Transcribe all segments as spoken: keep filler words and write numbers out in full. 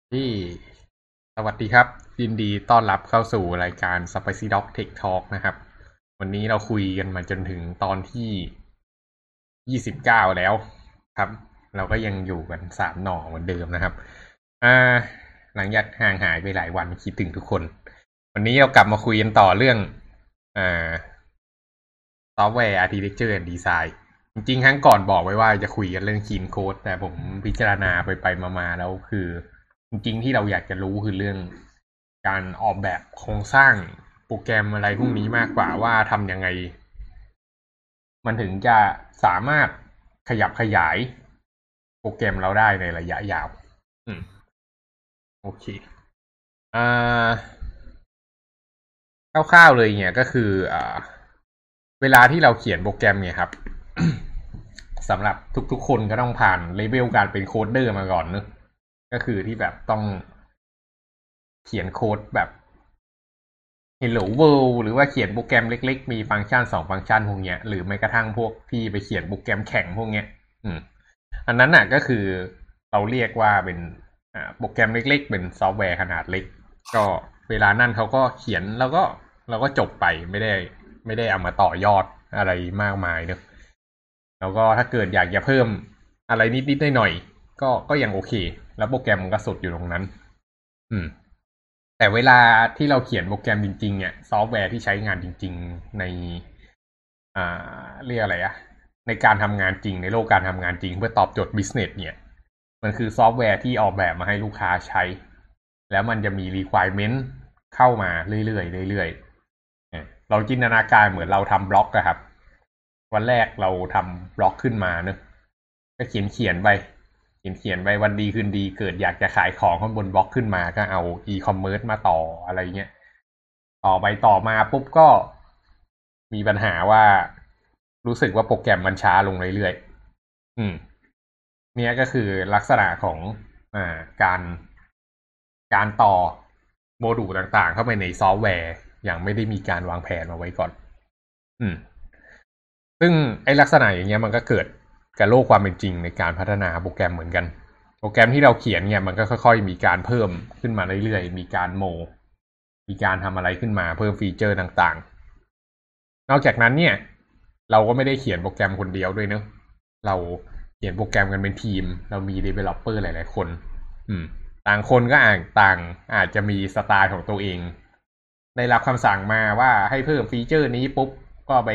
ที่สวัสดีครับยินดีต้อนรับเข้าสู่รายการ Spicy Dog Tech Talk นะครับวันนี้เราคุยกันมาจนถึงตอนที่ยี่สิบเก้าแล้วครับเราก็ยังอยู่กันสามหน่อเหมือนเดิมนะครับอ่าหลังจากห่างหายไปหลายวันคิดถึงทุกคนวันนี้เรากลับมาคุยกันต่อเรื่องอ่าซอฟต์แวร์ Architecture and Design จริงๆครั้งก่อนบอกไว้ว่าจะคุยกันเรื่อง Clean Code แต่ผมพิจารณาไปไปมาๆแล้วคือจริงๆที่เราอยากจะรู้คือเรื่องการออกแบบโครงสร้างโปรแกรมอะไรพวกนี้มากกว่าว่าทำยังไงมันถึงจะสามารถขยับขยายโปรแกรมเราได้ในระยะยาวอืมโอเคอ่าคร่าวๆเลยเนี่ยก็คืออ่าเวลาที่เราเขียนโปรแกรมเนี่ยครับ สำหรับทุกๆคนก็ต้องผ่านเลเวลการเป็นโคดเดอร์มาก่อนเนอะก็คือที่แบบต้องเขียนโค้ดแบบ Hello World หรือว่าเขียนโปรแกรมเล็กๆมีฟังก์ชันสองฟังก์ชันพวกเนี้ยหรือแม้กระทั่งพวกที่ไปเขียนโปรแกรมแข่งพวกเนี้ยอืมอันนั้นน่ะก็คือเราเรียกว่าเป็นอ่าโปรแกรมเล็กๆเป็นซอฟต์แวร์ขนาดเล็กก็เวลานั่นเขาก็เขียนแล้วก็เราก็จบไปไม่ได้ไม่ได้เอามาต่อยอดอะไรมากมายเนอะแล้วก็ถ้าเกิดอยากจะเพิ่มอะไรนิดๆหน่อยๆก็ก็ยังโอเคแล้วโปรแกรมมันก็สุดอยู่ตรงนั้นอืม แต่เวลาที่เราเขียนโปรแกรมจริงๆเนี่ยซอฟต์แวร์ที่ใช้งานจริงๆในอ่าเรียกอะไรอะในการทำงานจริงในโลกการทำงานจริงเพื่อตอบโจทย์ business เนี่ยมันคือซอฟต์แวร์ที่ออกแบบมาให้ลูกค้าใช้แล้วมันจะมี requirement เข้ามาเรื่อยๆเรื่อยๆเราจินตนาการเหมือนเราทำบล็อกอะครับวันแรกเราทำบล็อกขึ้นมาเนอะก็เขียนเขียนไปเขียนเขียนไปวันดีคืนดีเกิดอยากจะขายของข้างบนบล็อกขึ้นมาก็เอา e-commerce มาต่ออะไรเงี้ยต่อไปต่อมาปุ๊บก็มีปัญหาว่ารู้สึกว่าโปรแกรมมันช้าลงเรื่อยๆอืมเนี่ยก็คือลักษณะของอ่าการการต่อโมดูลต่างๆเข้าไปในซอฟต์แวร์อย่างไม่ได้มีการวางแผนมาไว้ก่อนอืม ซึ่งไอ้ลักษณะอย่างเงี้ยมันก็เกิดกับโลกความเป็นจริงในการพัฒนาโปรแกรมเหมือนกันโปรแกรมที่เราเขียนเนี่ยมันก็ค่อยๆมีการเพิ่มขึ้นมาเรื่อยๆมีการโมมีการทำอะไรขึ้นมาเพิ่มฟีเจอร์ต่างๆนอกจากนั้นเนี่ยเราก็ไม่ได้เขียนโปรแกรมคนเดียวด้วยเนอะเราเขียนโปรแกรมกันเป็นทีมเรามี developer หลายๆคนอืมต่างคนก็อ่านต่างอาจจะมีสไตล์ของตัวเองได้รับคำสั่งมาว่าให้เพิ่มฟีเจอร์นี้ปุ๊บก็ไป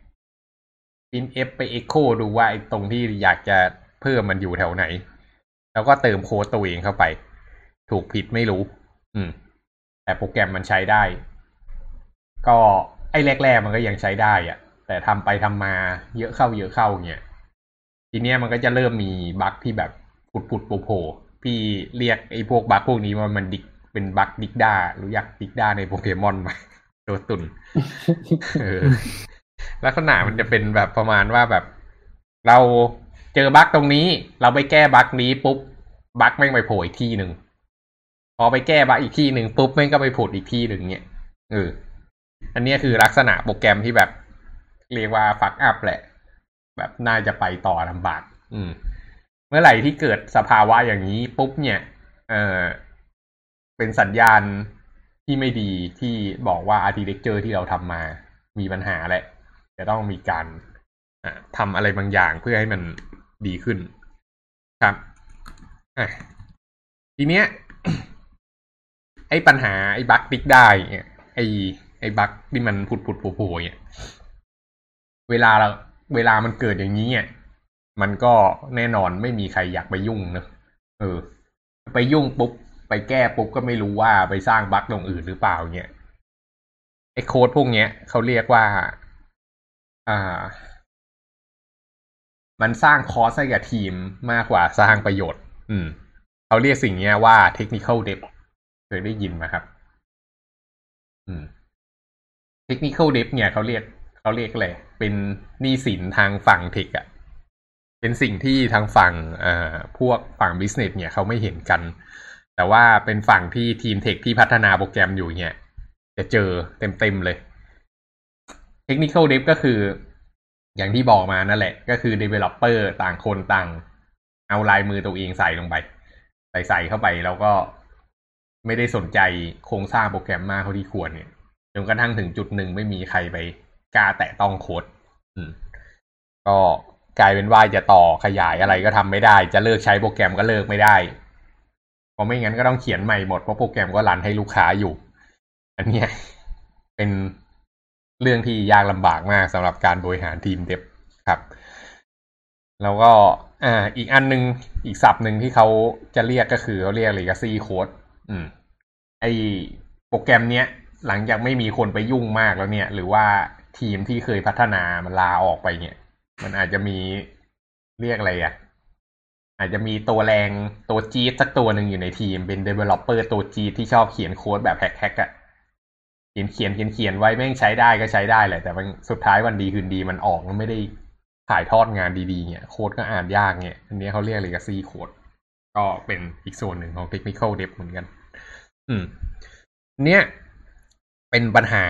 printf ไป echo ดูว่าไอ้ตรงที่อยากจะเพิ่มมันอยู่แถวไหนแล้วก็เติมโค้ดตัวเองเข้าไปถูกผิดไม่รู้อืมแต่โปรแกรมมันใช้ได้ก็ไอ้แรกๆมันก็ยังใช้ได้อะแต่ทำไปทำมาเยอะเข้าเยอะเข้าเนี่ยทีเนี้ยมันก็จะเริ่มมีบั๊กที่แบบปุดปุดโผล่ๆพี่เรียกไอ้พวกบั๊กพวกนี้ว่ามันดิกเป็นบั๊กดิกด้ารู้จักดิกด้าในโปเกมอนไหมตัวตุ่นเออ ลักษณะมันจะเป็นแบบประมาณว่าแบบเราเจอบั๊กตรงนี้เราไปแก้บั๊กนี้ปุ๊บบั๊กแม่งไปโผล่อีกที่หนึ่งพอไปแก้บั๊กอีกที่หนึ่งปุ๊บแม่งก็ไปผุดอีกที่หนึ่งเนี่ยเอออันนี้คือลักษณะโปรแกรมที่แบบเรียกว่าฟักอัพแหละแบบน่าจะไปต่อลำบากอืมเมื่อไหร่ที่เกิดสภาวะอย่างนี้ปุ๊บเนี่ยเออเป็นสัญญาณที่ไม่ดีที่บอกว่า architecture ที่เราทำมามีปัญหาแหละ จะต้องมีการทำอะไรบางอย่างเพื่อให้มันดีขึ้นครับอ่ะทีเนี้ยไอ้ปัญหาไอ้บั๊กติ๊กได้เนี่ยไอ้ไอ้บั๊กที่มันผุดผุดโผล่ๆเนี่ยเวลาเราเวลามันเกิดอย่างนี้เนี่ยมันก็แน่นอนไม่มีใครอยากไปยุ่งเนอะเออไปยุ่งปุ๊บไปแก้ปุ๊บก็ไม่รู้ว่าไปสร้างบั๊กตรงอื่นหรือเปล่าเนี่ยไอ้โค้ดพวกเนี้ยเขาเรียกว่าอ่า มันสร้างคอสให้กับทีมมากกว่าสร้างประโยชน์ อืมเขาเรียกสิ่งนี้ว่า technical debt เคยได้ยินไหมครับ อืม technical debt เนี่ยเขาเรียกเขาเรียกอะไรเป็นหนี้สินทางฝั่งเทคอะเป็นสิ่งที่ทางฝั่งเอ่อพวกฝั่ง business เนี่ยเขาไม่เห็นกัน แต่ว่าเป็นฝั่งที่ทีมเทคที่พัฒนาโปรแกรมอยู่เนี่ยจะเจอเต็มๆเลย technical debt ก็คืออย่างที่บอกมานั่นแหละก็คือ developer ต่างคนต่างเอาลายมือตัวเองใส่ลงไปใส่ใส่เข้าไปแล้วก็ไม่ได้สนใจโครงสร้างโปรแกรมมากเท่าที่ควรเนี่ยจนกระทั่งถึงจุดหนึ่งไม่มีใครไปกล้าแตะต้องโค้ดอืมก็กลายเป็นว่าจะต่อขยายอะไรก็ทำไม่ได้จะเลิกใช้โปรแกรมก็เลิกไม่ได้เพราะไม่งั้นก็ต้องเขียนใหม่หมดเพราะโปรแกรมก็รันให้ลูกค้าอยู่อันนี้เป็นเรื่องที่ยากลำบากมากสำหรับการบริหารทีมเดฟครับแล้วก็อ่าอีกอันนึงอีกศัพท์หนึ่งที่เขาจะเรียกก็คือเขาเรียก legacy code อืมไอโปรแกรมเนี้ยหลังจากไม่มีคนไปยุ่งมากแล้วเนี่ยหรือว่าทีมที่เคยพัฒนามันลาออกไปเนี่ยมันอาจจะมีเรียกอะไรอ่ะอาจจะมีตัวแรงตัวจี๊ดสักตัวหนึ่งอยู่ในทีมเป็น developer ตัวจี๊ดที่ชอบเขียนโค้ดแบบแฮกๆอ่ะเขียนเขียนเขียนเขียนไว้แม่งใช้ได้ก็ใช้ได้แหละแต่มันสุดท้ายวันดีคืนดีมันออกมันไม่ได้ถ่ายทอดงานดีๆเนี่ยโค้ดก็อ่านยากเนี่ยอันนี้เขาเรียก legacy code ก็เป็นอีกส่วนหนึ่งของ technical debt เหมือนกันอืมเนี่ยเป็นปัญหา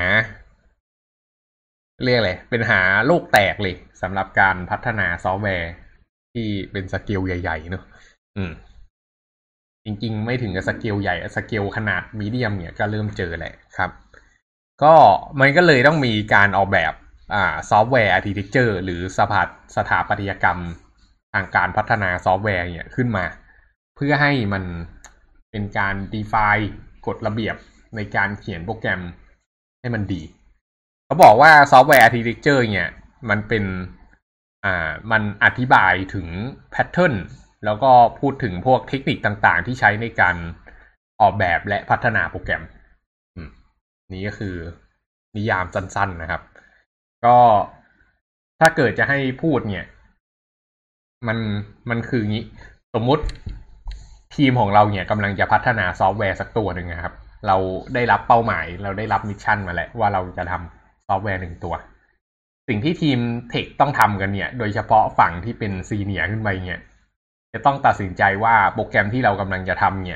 เรียกอะไรเป็นหาโลกแตกเลยสำหรับการพัฒนาซอฟต์แวร์ที่เป็นสเกลใหญ่ๆเนอะอืมจริงๆไม่ถึงกับสเกลใหญ่สเกลขนาดมีเดียมเนี่ยก็เริ่มเจอแหละครับก็มันก็เลยต้องมีการออกแบบอ่าซอฟต์แวร์อาร์คิเทคเจอร์หรือสถาสถาปัตยกรรมทางการพัฒนาซอฟต์แวร์เนี่ยขึ้นมาเพื่อให้มันเป็นการ define กฎระเบียบในการเขียนโปรแกรมให้มันดีเขาบอกว่าซอฟต์แวร์อาร์คิเทคเจอร์เนี่ยมันเป็นอ่ามันอธิบายถึงแพทเทิร์นแล้วก็พูดถึงพวกเทคนิคต่างๆที่ใช้ในการออกแบบและพัฒนาโปรแกรมนี่ก็คือนิยามสั้นๆนะครับก็ถ้าเกิดจะให้พูดเนี่ยมันมันคืองี้สมมุติทีมของเราเนี่ยกำลังจะพัฒนาซอฟต์แวร์สักตัวหนึ่งนะครับเราได้รับเป้าหมายเราได้รับมิชชั่นมาแล้วว่าเราจะทำซอฟต์แวร์หนึ่งตัวสิ่งที่ทีมเทคต้องทำกันเนี่ยโดยเฉพาะฝั่งที่เป็นซีเนียร์ขึ้นไปเนี่ยจะต้องตัดสินใจว่าโปรแกรมที่เรากำลังจะทำเนี่ย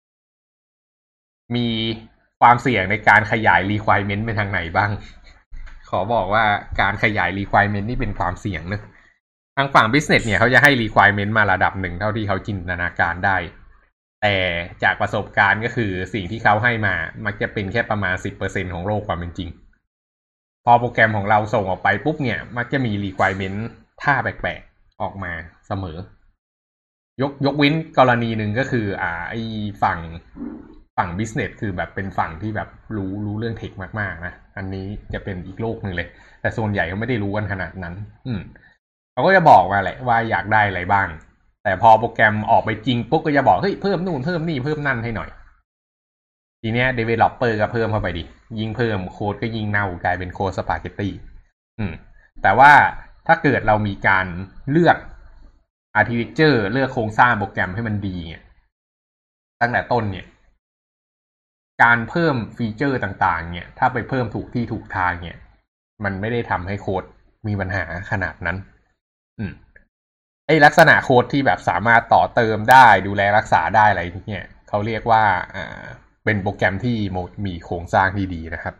มีความเสี่ยงในการขยาย requirement ไปทางไหนบ้างขอบอกว่าการขยาย requirement นี่เป็นความเสี่ยงนะทางฝั่ง business เนี่ยเขาจะให้ requirement มาระดับหนึ่งเท่าที่เขาจินตนาการได้แต่จากประสบการณ์ก็คือสิ่งที่เขาให้มามักจะเป็นแค่ประมาณ สิบเปอร์เซ็นต์ ของโลกความเป็นจริงพอโปรแกรมของเราส่งออกไปปุ๊บเนี่ยมักจะมี requirement ท่าแปลกๆออกมาเสมอยกยกเว้นกรณีหนึ่งก็คืออ่าไอ้ฝั่งฝั่ง business คือแบบเป็นฝั่งที่แบบรู้รู้เรื่องเทคมากๆนะอันนี้จะเป็นอีกโลกหนึ่งเลยแต่ส่วนใหญ่ก็ไม่ได้รู้กันขนาดนั้นอืมเขาก็จะบอกมาแหละว่าอยากได้อะไรบ้างแต่พอโปรแกรมออกไปจริงปุ๊บก็จะบอกเฮ้ยเพิ่มนู่นเพิ่มนี่เพิ่มนั่นให้หน่อยทีเนี้ย developer ก็เพิ่มเข้าไปดิยิ่งเพิ่มโค้ดก็ยิ่งเน่ากลายเป็นโค้ดสปาเกตตี้อืมแต่ว่าถ้าเกิดเรามีการเลือกarchitecture เลือกโครงสร้างโปรแกรมให้มันดีเนี่ยตั้งแต่ต้นเนี่ยการเพิ่มฟีเจอร์ต่างๆเนี่ยถ้าไปเพิ่มถูกที่ถูกทางเนี่ยมันไม่ได้ทำให้โค้ดมีปัญหาขนาดนั้นอืมไอ้ลักษณะโค้ดที่แบบสามารถต่อเติมได้ดูแลรักษาได้อะไรเนี่ยเขาเรียกว่าอ่าเป็นโปรแกรมที่มีโครงสร้างที่ดีนะครับ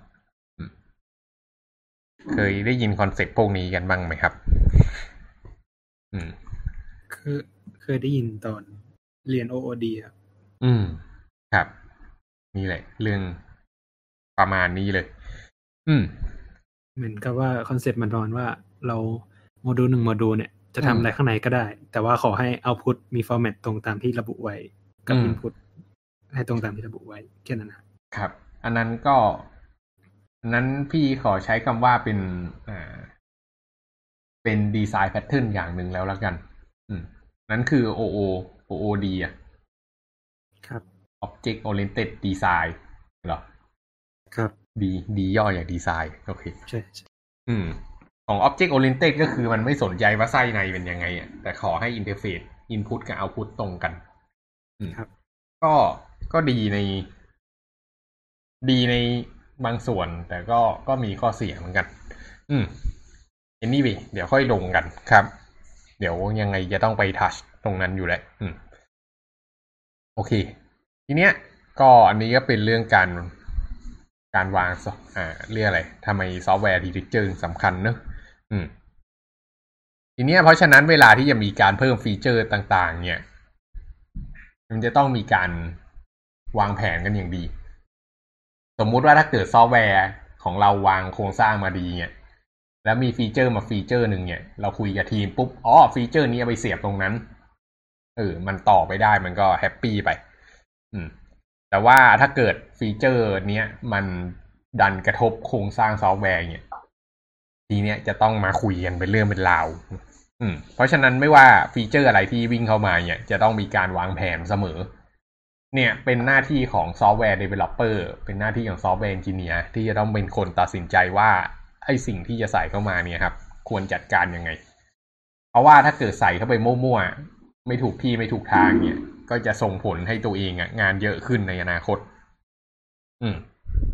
เคยได้ยินคอนเซ็ปต์พวกนี้กันบ้างไหมครับอืมคือเคยได้ยินตอนเรียน โอ โอ ดี ครับอืมครับนี่แหละเรื่องประมาณนี้เลยอืมเหมือนกับว่าคอนเซ็ปต์มันประมาณว่าเราโมดูลหนึ่งโมดูลเนี่ยจะทำอะไรข้างในก็ได้แต่ว่าขอให้เอาต์พุตมีฟอร์แมตตรงตามที่ระบุไว้กับอินพุตให้ตรงตามที่ระบุไว้แค่นั้นครับอันนั้นก็อันนั้นพี่ขอใช้คำว่าเป็นอ่าเป็นดีไซน์แพทเทิร์นอย่างหนึ่งแล้วละกันอืมนั้นคือ โอ โอ โอ โอ ดี อ่ะครับ Object Oriented Design เหรอครับดีดีย่ออย่างดีไซน์โอเคใช่อืมของ Object Oriented ก็คือมันไม่สนใจว่าไส้ในเป็นยังไงอ่ะแต่ขอให้อินเทอร์เฟซ Input กับ Output ตรงกันอืมครับก็ก็ดีในดีในบางส่วนแต่ก็ก็มีข้อเสียเหมือนกันอืม anyway เดี๋ยวค่อยลงกันครับเดี๋ยวยังไงจะต้องไปทัชตรงนั้นอยู่แล้วอืมโอเคทีเนี้ยก็อันนี้ก็เป็นเรื่องการการวางอ่าเรียกอะไรทำไมซอฟต์แวร์ดีเจอร์สำคัญเนอะอืมทีเนี้ยเพราะฉะนั้นเวลาที่จะมีการเพิ่มฟีเจอร์ต่างๆเนี่ยมันจะต้องมีการวางแผนกันอย่างดีสมมุติว่าถ้าเกิดซอฟต์แวร์ของเราวางโครงสร้างมาดีเนี่ยแล้วมีฟีเจอร์มาฟีเจอร์หนึ่งเนี่ยเราคุยกับทีมปุ๊บอ๋อฟีเจอร์นี้เอาไปเสียบตรงนั้นเออมันต่อไปได้มันก็แฮปปี้ไปอืมแต่ว่าถ้าเกิดฟีเจอร์เนี้ยมันดันกระทบโครงสร้างซอฟต์แวร์เนี่ยทีเนี้ยจะต้องมาคุยกันเป็นเรื่องเป็นราวอืมเพราะฉะนั้นไม่ว่าฟีเจอร์อะไรที่วิ่งเข้ามาเนี่ยจะต้องมีการวางแผนเสมอเนี่ยเป็นหน้าที่ของซอฟต์แวร์เดเวลลอปเปอร์เป็นหน้าที่ของซอฟต์แวร์เอนจิเนียร์ที่จะต้องเป็นคนตัดสินใจว่าไอ้สิ่งที่จะใส่เข้ามาเนี่ยครับควรจัดการยังไงเพราะว่าถ้าเกิดใส่เข้าไปมั่วๆไม่ถูกที่ไม่ถูกทางเนี่ยก็จะส่งผลให้ตัวเองอ่ะงานเยอะขึ้นในอนาคตอืม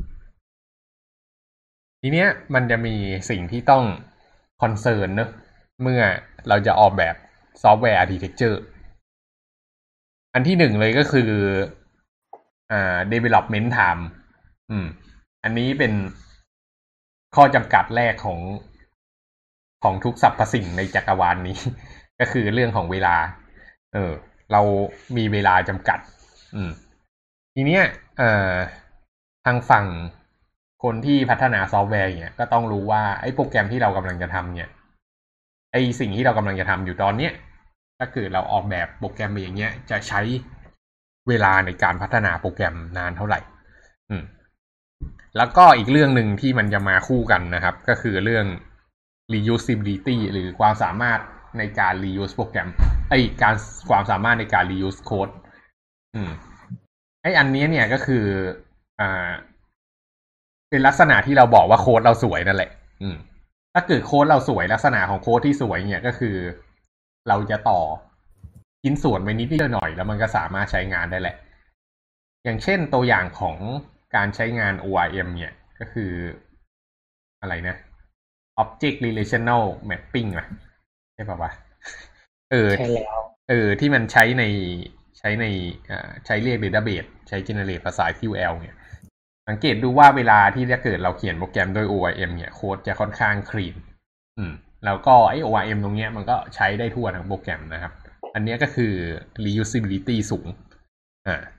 ทีเนี้ยมันจะมีสิ่งที่ต้องคอนเซิร์นเนอะเมื่อเราจะออกแบบซอฟต์แวร์อาร์คิเทคเจอร์อันที่หนึ่งเลยก็คืออ่า development time อืมอันนี้เป็นข้อจำกัดแรกของของทุกสรรพสิ่งในจักรวาลนี้ ก็คือเรื่องของเวลาเออเรามีเวลาจำกัดอืมทีเนี้ยเอ่อทางฝั่งคนที่พัฒนาซอฟต์แวร์เนี่ยก็ต้องรู้ว่าไอ้โปรแกรมที่เรากำลังจะทำเนี่ยไอ้สิ่งที่เรากำลังจะทำอยู่ตอนเนี้ยถ้าเกิดเราออกแบบโปรแกรมอย่างเงี้ยจะใช้เวลาในการพัฒนาโปรแกรมนานเท่าไหร่อืมแล้วก็อีกเรื่องหนึ่งที่มันจะมาคู่กันนะครับก็คือเรื่อง reusability หรือความสามารถในการ reuse โปรแกรมไอ้การความสามารถในการ reuse code อืมไอ้อันนี้เนี่ยก็คืออ่าเป็นลักษณะที่เราบอกว่าโค้ดเราสวยนั่นแหละอืมถ้าเกิดโค้ดเราสวยลักษณะของโค้ดที่สวยเนี่ยก็คือเราจะต่อชิ้นส่วนไปนิดนิดหน่อยแล้วมันก็สามารถใช้งานได้แหละอย่างเช่นตัวอย่างของการใช้งาน โอ อาร์ เอ็ม เนี่ยก็คืออะไรนะ Object Relational Mapping นะใช่ป่าววะเออใช่แล้วเออที่มันใช้ในใช้ในอ่าใช้เรียก database ใช้ generate ภาษา คิว แอล เนี่ยสังเกตดูว่าเวลาที่จะเกิดเราเขียนโปรแกรมด้วย โอ อาร์ เอ็ม เนี่ยโค้ดจะค่อนข้างคลีนอืมแล้วก็ไอ้ โอ อาร์ เอ็ม ตรงเนี้ยมันก็ใช้ได้ทั่วทั้งโปรแกรมนะครับอันนี้ก็คือ reusability สูงอ่า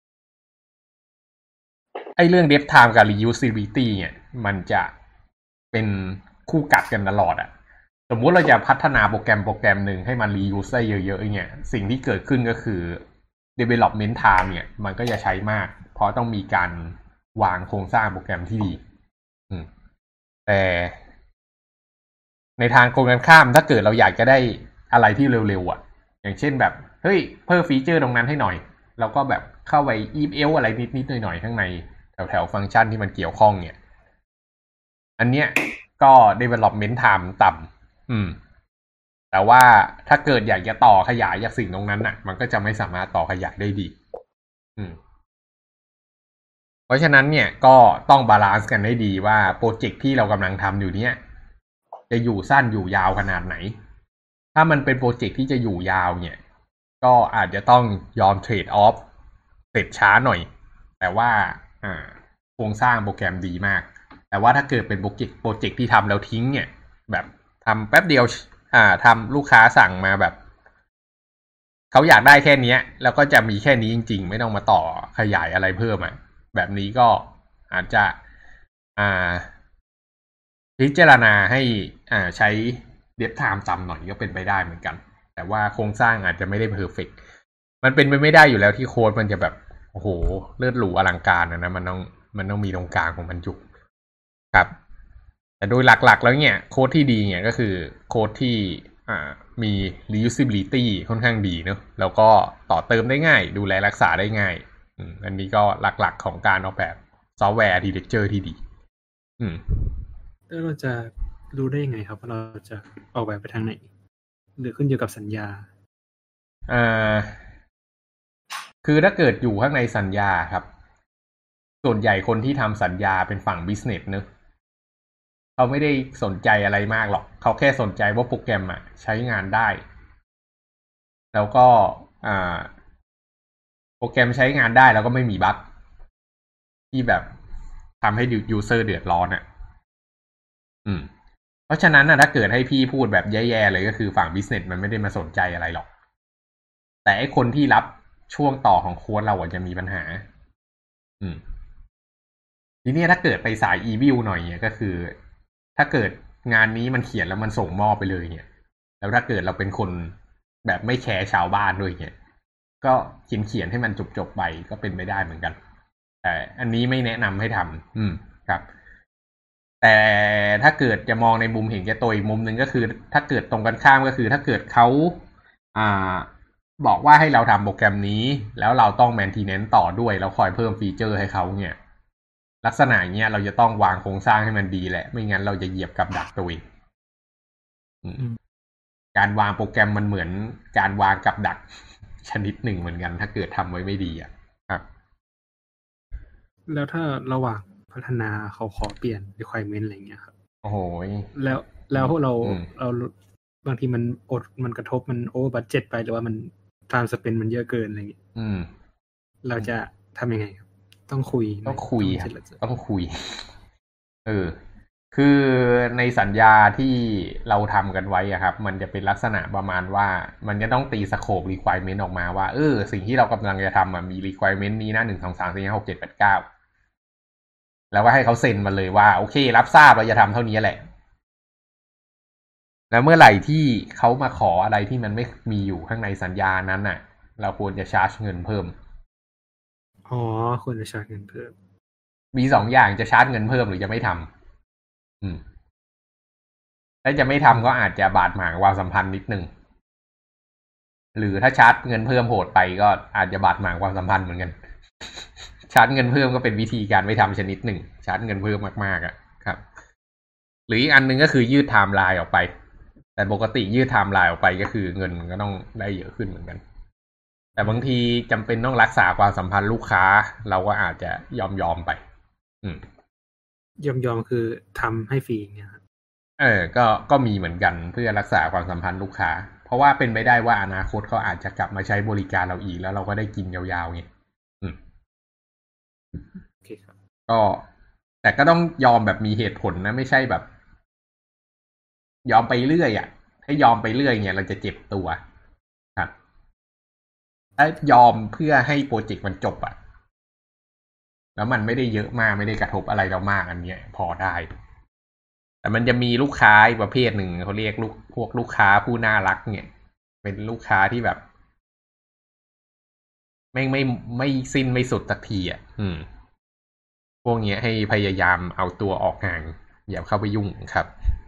ไอ้เรื่อง dev time กับ reusability เนี่ยมันจะเป็นคู่กัดกันตลอดอะสมมุติเราจะพัฒนาโปรแกรมโปรแกรมหนึ่งให้มัน reuse ได้เยอะๆเนี่ยสิ่งที่เกิดขึ้นก็คือ development time เนี่ยมันก็จะใช้มากเพราะต้องมีการวางโครงสร้างโปรแกรมที่ดีอืมแต่ในทางตรงกันข้ามถ้าเกิดเราอยากจะได้อะไรที่เร็วๆอ่ะอย่างเช่นแบบเฮ้ยเพิ่มฟีเจอร์ตรงนั้นให้หน่อยแล้วก็แบบเข้าไป if else อะไรนิดๆหน่อยๆข้างในแถวๆฟังก์ชันที่มันเกี่ยวข้องเนี่ยอันเนี้ยก็ development time ต่ำอืมแต่ว่าถ้าเกิดอยากจะต่อขยายจากสิ่งตรงนั้นน่ะมันก็จะไม่สามารถต่อขยายได้ดีอืมเพราะฉะนั้นเนี่ยก็ต้องบาลานซ์กันให้ดีว่าโปรเจกต์ที่เรากำลังทำอยู่เนี้ยจะอยู่สั้นอยู่ยาวขนาดไหนถ้ามันเป็นโปรเจกต์ที่จะอยู่ยาวเนี่ยก็อาจจะต้องยอมเทรดออฟเสร็จช้าหน่อยแต่ว่าอ่าโครงสร้างโปรแกรมดีมากแต่ว่าถ้าเกิดเป็นโปรเจกต์โปรเจกต์ที่ทำแล้วทิ้งเนี่ยแบบทำแป๊บเดียวอ่าทำลูกค้าสั่งมาแบบเขาอยากได้แค่นี้แล้วก็จะมีแค่นี้จริงๆไม่ต้องมาต่อขยายอะไรเพิ่มอ่ะแบบนี้ก็อาจจะอ่าพิจารณาให้อ่าใช้เดฟไทม์ต่ำหน่อยก็เป็นไปได้เหมือนกันแต่ว่าโครงสร้างอาจจะไม่ได้เพอร์เฟกต์มันเป็นไปไม่ได้อยู่แล้วที่โค้ดมันจะแบบโอ้โหเลือดหรูอลังการนะนะมันต้องมันต้องมีตรงกลางของมันจุกครับแต่โดยหลักๆแล้วเนี่ยโค้ดที่ดีเนี่ยก็คือโค้ดที่อ่ามี reusability ค่อนข้างดีเนอะแล้วก็ต่อเติมได้ง่ายดูแลรักษาได้ง่ายอืมอันนี้ก็หลักๆของการออกแบบซอฟต์แวร์ architecture ที่ดีอืมแล้วเราจะรู้ได้ยังไงครับว่าเราจะออกแบบไปทางไหนหรือขึ้นอยู่กับสัญญาอ่าคือถ้าเกิดอยู่ข้างในสัญญาครับส่วนใหญ่คนที่ทำสัญญาเป็นฝั่ง business เนอะเขาไม่ได้สนใจอะไรมากหรอกเขาแค่สนใจว่าโปรแกรมอะใช้งานได้แล้วก็อ่าโปรแกรมใช้งานได้แล้วก็ไม่มีบั๊กที่แบบทำให้ยูเซอร์เดือดร้อนอะอืมเพราะฉะนั้นนะถ้าเกิดให้พี่พูดแบบแย่ๆเลยก็คือฝั่ง business มันไม่ได้มาสนใจอะไรหรอกแต่ไอ้คนที่รับช่วงต่อของโค้ดเราอาจจะมีปัญหาอืมทีนี้ถ้าเกิดไปสายอีวิลหน่อยเนี่ยก็คือ ถ้าเกิดงานนี้มันเขียนแล้วมันส่งมอบไปเลยเนี่ยแล้วถ้าเกิดเราเป็นคนแบบไม่แคร์ชาวบ้านด้วยเนี่ยก็เขียนเขียนให้มันจบจบไปก็เป็นไปได้เหมือนกันแต่อันนี้ไม่แนะนำให้ทำอืมครับแต่ถ้าเกิดจะมองในมุมเห็นแก่ตัวอีกมุมหนึ่งก็คือ ถ้าเกิดตรงกันข้ามก็คือ ถ้าเกิดเขาอ่าบอกว่าให้เราทำโปรแกรมนี้แล้วเราต้องแมนทีเนนต์ต่อด้วยแล้วคอยเพิ่มฟีเจอร์ให้เขาเนี่ยลักษณะเนี้ยเราจะต้องวางโครงสร้างให้มันดีแหละไม่งั้นเราจะเหยียบกับดักตัวเองการวางโปรแกรมมันเหมือนการวางกับดักชนิดหนึ่งเหมือนกันถ้าเกิดทำไว้ไม่ดีอ่ะครับแล้วถ้าระหว่างพัฒนาเขาขอเปลี่ยน requirement อะไรเงี้ยครับโอ้โหแล้วแล้วเราเราบางทีมันอดมันกระทบมันโอเวอร์บัดเจ็ตไปหรือว่ามันตามสเปนมันเยอะเกินอะไรเงี้ยเราจะทำยังไงครับต้องคุยต้องคุยครับต้องคุยเออคือในสัญญาที่เราทำกันไว้อะครับมันจะเป็นลักษณะประมาณว่ามันจะต้องตีสโคป requirement ออกมาว่าเออสิ่งที่เรากำลังจะทำอะมี requirement นี้นะหนึ่งสองสามสี่ห้าหกเจ็ดแปดเก้าแล้วก็ให้เขาเซ็นมาเลยว่าโอเครับทราบเราจะทำเท่านี้แหละแล้วเมื่อไหร่ที่เขามาขออะไรที่มันไม่มีอยู่ข้างในสัญญานั้นน่ะเราควรจะชาร์จเงินเพิ่มอ๋อควรจะชาร์จเงินเพิ่มมีสองอย่างจะชาร์จเงินเพิ่มหรือจะไม่ทำอืมถ้าจะไม่ทำก็อาจจะบาดหมางความสัมพันธ์นิดนึงหรือถ้าชาร์จเงินเพิ่มโหดไปก็อาจจะบาดหมางความสัมพันธ์เหมือนกันชาร์จเงินเพิ่มก็เป็นวิธีการไม่ทำชนิดหนึ่งชาร์จเงินเพิ่มมากๆอ่ะครับหรืออีกอันนึงก็คือยืดไทม์ไลน์ออกไปแต่ปกติยืดไทม์ไลน์ออกไปก็คือเงินก็ต้องได้เยอะขึ้นเหมือนกันแต่บางทีจำเป็นต้องรักษาความสัมพันธ์ลูกค้าเราก็อาจจะยอมยอมไป อืมยอมยอมคือทำให้ฟรีเนี่ยครับเออก็ก็มีเหมือนกันเพื่อรักษาความสัมพันธ์ลูกค้าเพราะว่าเป็นไปได้ว่าอนาคตเขาอาจจะกลับมาใช้บริการเราอีกแล้วเราก็ได้กินยาวๆไงอืมโอเคครับก็แต่ก็ต้องยอมแบบมีเหตุผลนะไม่ใช่แบบ ยอมไปเรื่อยอ่ะถ้ายอมไปเรื่อยเนี่ยเราจะเจ็บตัวครับถ้ายอมเพื่อให้โปรเจกต์มันจบอ่ะแล้วมันไม่ได้เยอะมากไม่ได้กระทบอะไรเรามากอันเนี้ยพอได้แต่มันจะมีลูกค้าอีกประเภทหนึ่งเขาเรียกลูกพวกลูกค้าผู้น่ารักเนี่ยเป็นลูกค้าที่แบบไม่ไม่ไม่สิ้นไม่สุดสักทีอ่ะอืมพวกเนี้ยให้พยายามเอาตัวออกห่างอย่าเข้าไปยุ่งครับ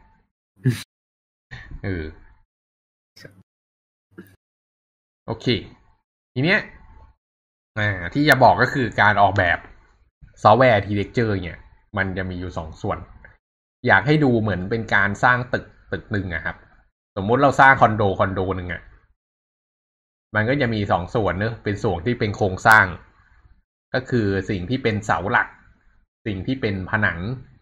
เออโอเคทีเนี้ยอ่าที่จะบอกก็คือการออกแบบซอฟต์แวร์ architecture เนี่ยมันจะมีอยู่สองส่วนอยากให้ดูเหมือนเป็นการสร้างตึกตึกหนึ่งอะครับสมมุติเราสร้างคอนโดคอนโดหนึ่งอะมันก็จะมีสองส่วนเนอะเป็นส่วนที่เป็นโครงสร้างก็คือสิ่งที่เป็นเสาหลักสิ่งที่เป็นผนัง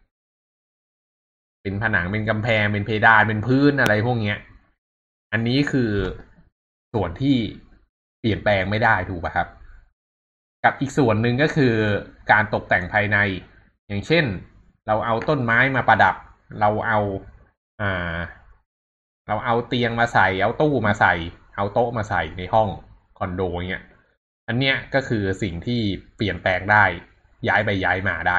เป็นผนังเป็นกำแพงเป็นเพดานเป็นพื้นอะไรพวกเนี้ยอันนี้คือส่วนที่เปลี่ยนแปลงไม่ได้ถูกป่ะครับกับอีกส่วนหนึ่งก็คือการตกแต่งภายในอย่างเช่นเราเอาต้นไม้มาประดับเราเอาอ่าเราเอาเตียงมาใส่เอาตู้มาใส่เอาโต๊ะมาใส่ในห้องคอนโดเงี้ยอันเนี้ยก็คือสิ่งที่เปลี่ยนแปลงได้ย้ายไปย้ายมาได้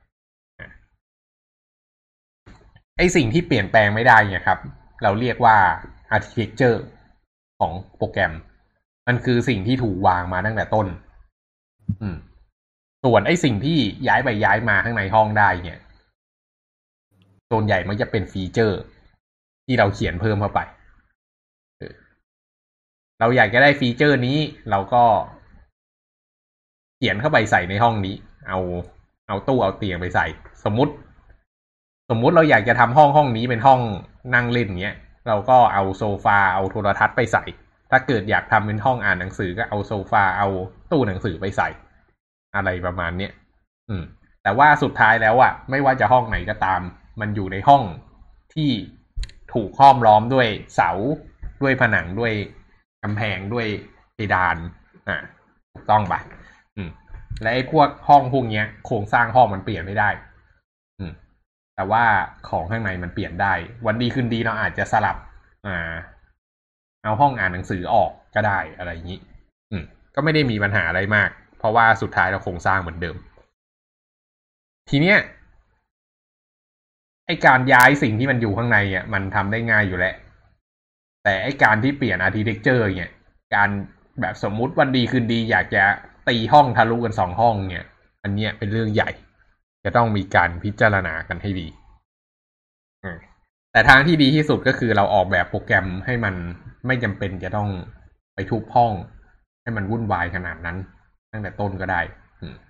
ไอสิ่งที่เปลี่ยนแปลงไม่ได้เนี่ยครับเราเรียกว่า architecture ของโปรแกรมมันคือสิ่งที่ถูกวางมาตั้งแต่ต้นอืมส่วนไอ้สิ่งที่ย้ายไปย้ายมาข้างในห้องได้เนี่ยส่วนใหญ่มันจะเป็นฟีเจอร์ที่เราเขียนเพิ่มเข้าไปเราอยากจะได้ฟีเจอร์นี้เราก็เขียนเข้าไปใส่ในห้องนี้เอาเอาตู้เอาเตียงไปใส่สมมุติสมมุติเราอยากจะทำห้องห้องนี้เป็นห้องนั่งเล่นเงี้ยเราก็เอาโซฟาเอาโทรทัศน์ไปใส่ถ้าเกิดอยากทำเป็นห้องอ่านหนังสือก็เอาโซฟาเอาตู้หนังสือไปใส่อะไรประมาณเนี้ยอืมแต่ว่าสุดท้ายแล้วอะไม่ว่าจะห้องไหนก็ตามมันอยู่ในห้องที่ถูกห้อมล้อมด้วยเสาด้วยผนังด้วยกำแพงด้วยเพดานอ่ะถูกต้องปะอืมและไอ้พวกห้องพวกเนี้ยโครงสร้างห้องมันเปลี่ยนไม่ได้อืมแต่ว่าของข้างในมันเปลี่ยนได้วันดีคืนดีเราอาจจะสลับอ่าเอาห้องอ่านหนังสือออกก็ได้อะไรอย่างนี้อืมก็ไม่ได้มีปัญหาอะไรมากเพราะว่าสุดท้ายเราโครงสร้างเหมือนเดิมทีเนี้ยไอการย้ายสิ่งที่มันอยู่ข้างในอ่ะมันทำได้ง่ายอยู่แล้วแต่ไอการที่เปลี่ยน architecture เนี่ยการแบบสมมุติวันดีคืนดีอยากจะตีห้องทะลุกันสองห้องเนี่ยอันเนี้ยเป็นเรื่องใหญ่จะต้องมีการพิจารณากันให้ดีแต่ทางที่ดีที่สุดก็คือเราออกแบบโปรแกรมให้มันไม่จำเป็นจะต้องไปทุบห้องให้มันวุ่นวายขนาดนั้นตั้งแต่ต้นก็ได้อืม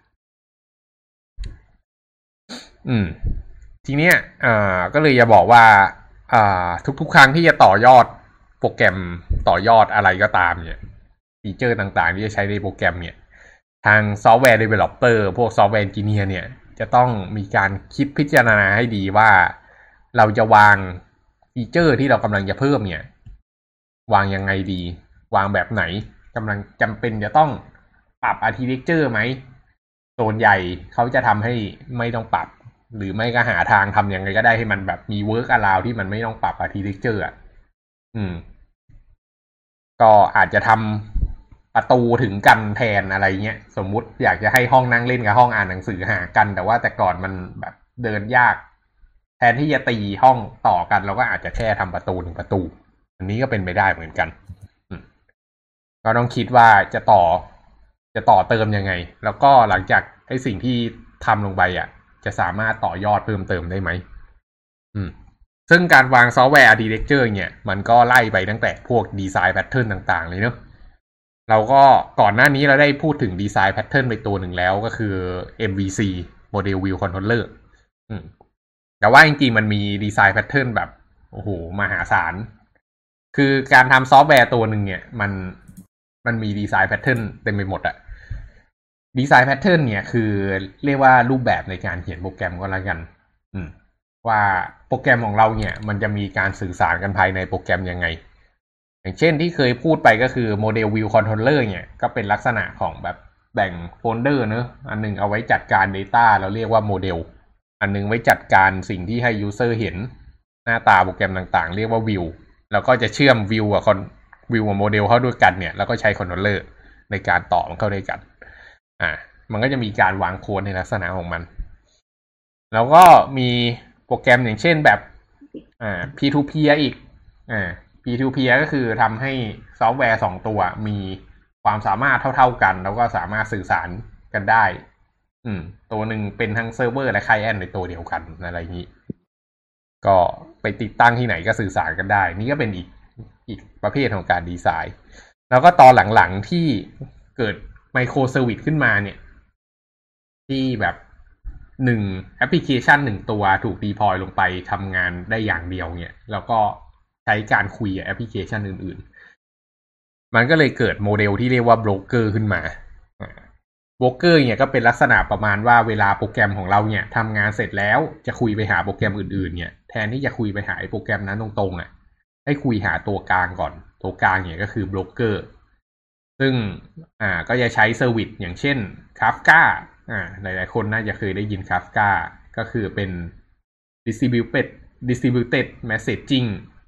อืมทีเนี้ยอ่าก็เลยจะบอกว่าอ่าทุกๆครั้งที่จะต่อยอดโปรแกรมต่อยอดอะไรก็ตามเนี่ยฟีเจอร์ต่างๆที่จะใช้ในโปรแกรมเนี่ยทางซอฟต์แวร์ developer พวกซอฟต์แวร์ engineer เนี่ยจะต้องมีการคิดพิจารณาให้ดีว่าเราจะวางฟีเจอร์ที่เรากำลังจะเพิ่มเนี่ยวางยังไงดีวางแบบไหนกำลังจำเป็นจะต้องปรับ architecture ไหมส่วนใหญ่เขาจะทำให้ไม่ต้องปรับหรือไม่ก็หาทางทำยังไงก็ได้ให้มันแบบมี work allow ที่มันไม่ต้องปรับ architecture อ่ะอืมก็อาจจะทำประตูถึงกันแทนอะไรเงี้ยสมมุติอยากจะให้ห้องนั่งเล่นกับห้องอ่านหนังสือหากันแต่ว่าแต่ก่อนมันแบบเดินยากแทนที่จะตีห้องต่อกันเราก็อาจจะแค่ทำประตูหนึ่งประตูอันนี้ก็เป็นไปได้เหมือนกันก็ต้องคิดว่าจะต่อจะต่อเติมยังไงแล้วก็หลังจากไอ้สิ่งที่ทำลงไปอ่ะจะสามารถต่อยอดเพิ่มเติมได้ไหมอืมซึ่งการวางซอฟต์แวร์ architecture เนี่ยมันก็ไล่ไปตั้งแต่พวกดีไซน์แพทเทิร์นต่างๆเลยเนอะเราก็ก่อนหน้านี้เราได้พูดถึงดีไซน์แพทเทิร์นไปตัวหนึ่งแล้วก็คือ เอ็ม วี ซี Model View Controller อืมแต่ว่าจริงๆมันมีดีไซน์แพทเทิร์นแบบโอ้โหมหาศาลคือการทำซอฟต์แวร์ตัวหนึ่งเนี่ยมันมันมีดีไซน์แพทเทิร์นเต็มไปหมดอะดีไซน์แพทเทิร์นเนี่ยคือเรียกว่ารูปแบบในการเขียนโปรแกรมก็แล้วกันอืมว่าโปรแกรมของเราเนี่ยมันจะมีการสื่อสารกันภายในโปรแกรมยังไงอย่างเช่นที่เคยพูดไปก็คือโมเดล View Controller เนี่ยก็เป็นลักษณะของแบบแบ่งโฟลเดอร์เนอะอันนึงเอาไว้จัดการ Data เราเรียกว่าโมเดลอันนึงไว้จัดการสิ่งที่ให้ User เห็นหน้าตาโปรแกรมต่างๆเรียกว่า View แล้วก็จะเชื่อม View กับ View กับโมเดลเข้าด้วยกันเนี่ยแล้วก็ใช้ Controller ในการต่อมันเข้าด้วยกันอ่ามันก็จะมีการวางโค้ดในลักษณะของมันแล้วก็มีโปรแกรมอย่างเช่นแบบอ่า พี ทู พี อีกอ่า พี ทู พี ก็คือทำให้ซอฟต์แวร์สองตัวมีความสามารถเท่าๆกันแล้วก็สามารถสื่อสารกันได้อืมตัวหนึ่งเป็นทั้งเซิร์ฟเวอร์และไคลเอนต์ในตัวเดียวกันอะไรอย่างนี้ก็ไปติดตั้งที่ไหนก็สื่อสารกันได้นี่ก็เป็นอีกอีกประเภทของการดีไซน์แล้วก็ตอนหลังๆที่เกิดไมโครเซอร์วิสขึ้นมาเนี่ยที่แบบหนึ่งแอปพลิเคชันหนึ่งตัวถูกดีพลอยลงไปทำงานได้อย่างเดียวเนี่ยแล้วก็ใช้การคุยกับแอปพลิเคชันอื่นๆมันก็เลยเกิดโมเดลที่เรียกว่าโบรกเกอร์ขึ้นมาโบรกเกอร์เนี่ยก็เป็นลักษณะประมาณว่าเวลาโปรแกรมของเราเนี่ยทำงานเสร็จแล้วจะคุยไปหาโปรแกรมอื่นๆเนี่ยแทนที่จะคุยไปหาโปรแกรมนั้นตรงๆอ่ะให้คุยหาตัวกลางก่อนตัวกลางเนี่ยก็คือโบรกเกอร์ซึ่งอ่าก็จะใช้เซอร์วิสอย่างเช่น Kafka อ่าหลายๆคนน่าจะเคยได้ยิน Kafka ก็คือเป็น distributed distributed messaging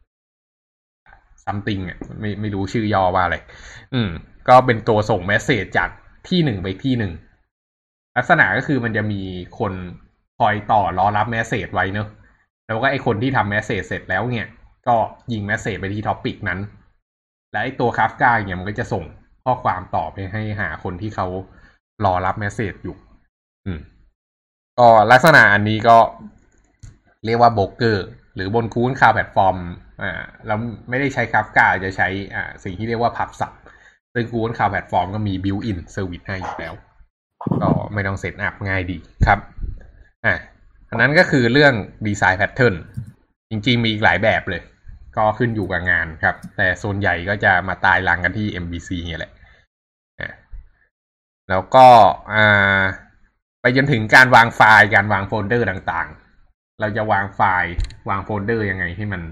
something อ่ะไม่ไม่รู้ชื่อย่อว่าอะไรอืมก็เป็นตัวส่งเมสเสจจากที่หนึ่งไปที่หนึ่งลักษณะก็คือมันจะมีคนคอยต่อรอรับเมสเสจไว้เนอะแล้วก็ไอคนที่ทำเมสเสจเสร็จแล้วเนี่ยก็ยิงเมสเสจไปที่ท็อปิกนั้นและไอตัว Kafka เนี่ยมันก็จะส่งข้อความต่อไปให้หาคนที่เขารอรับเมสเสจอยู่อืมก็ลักษณะอันนี้ก็เรียกว่าโบรกเกอร์หรือบนคูนคลาวด์แพลตฟอร์มอ่าเราไม่ได้ใช้ Kafka จะใช้อ่าสิ่งที่เรียกว่า PubSub ซึ่งคูนคลาวด์แพลตฟอร์มก็มี built-in service ให้อยู่แล้วก็ไม่ต้องเซตอัพง่ายดีครับอ่ะอันนั้นก็คือเรื่อง Design Pattern จริงๆมีอีกหลายแบบเลยก็ขึ้นอยู่กับงานครับแต่ส่วนใหญ่ก็จะมาตายรังกันที่ เอ็ม วี ซี เนี่ยแหละอ่ะแล้วก็อ่าไปจนถึงการวางไฟล์การวางโฟลเดอร์ต่างๆเราจะวางไฟล์วางโฟลเดอร์ยังไงให้มัน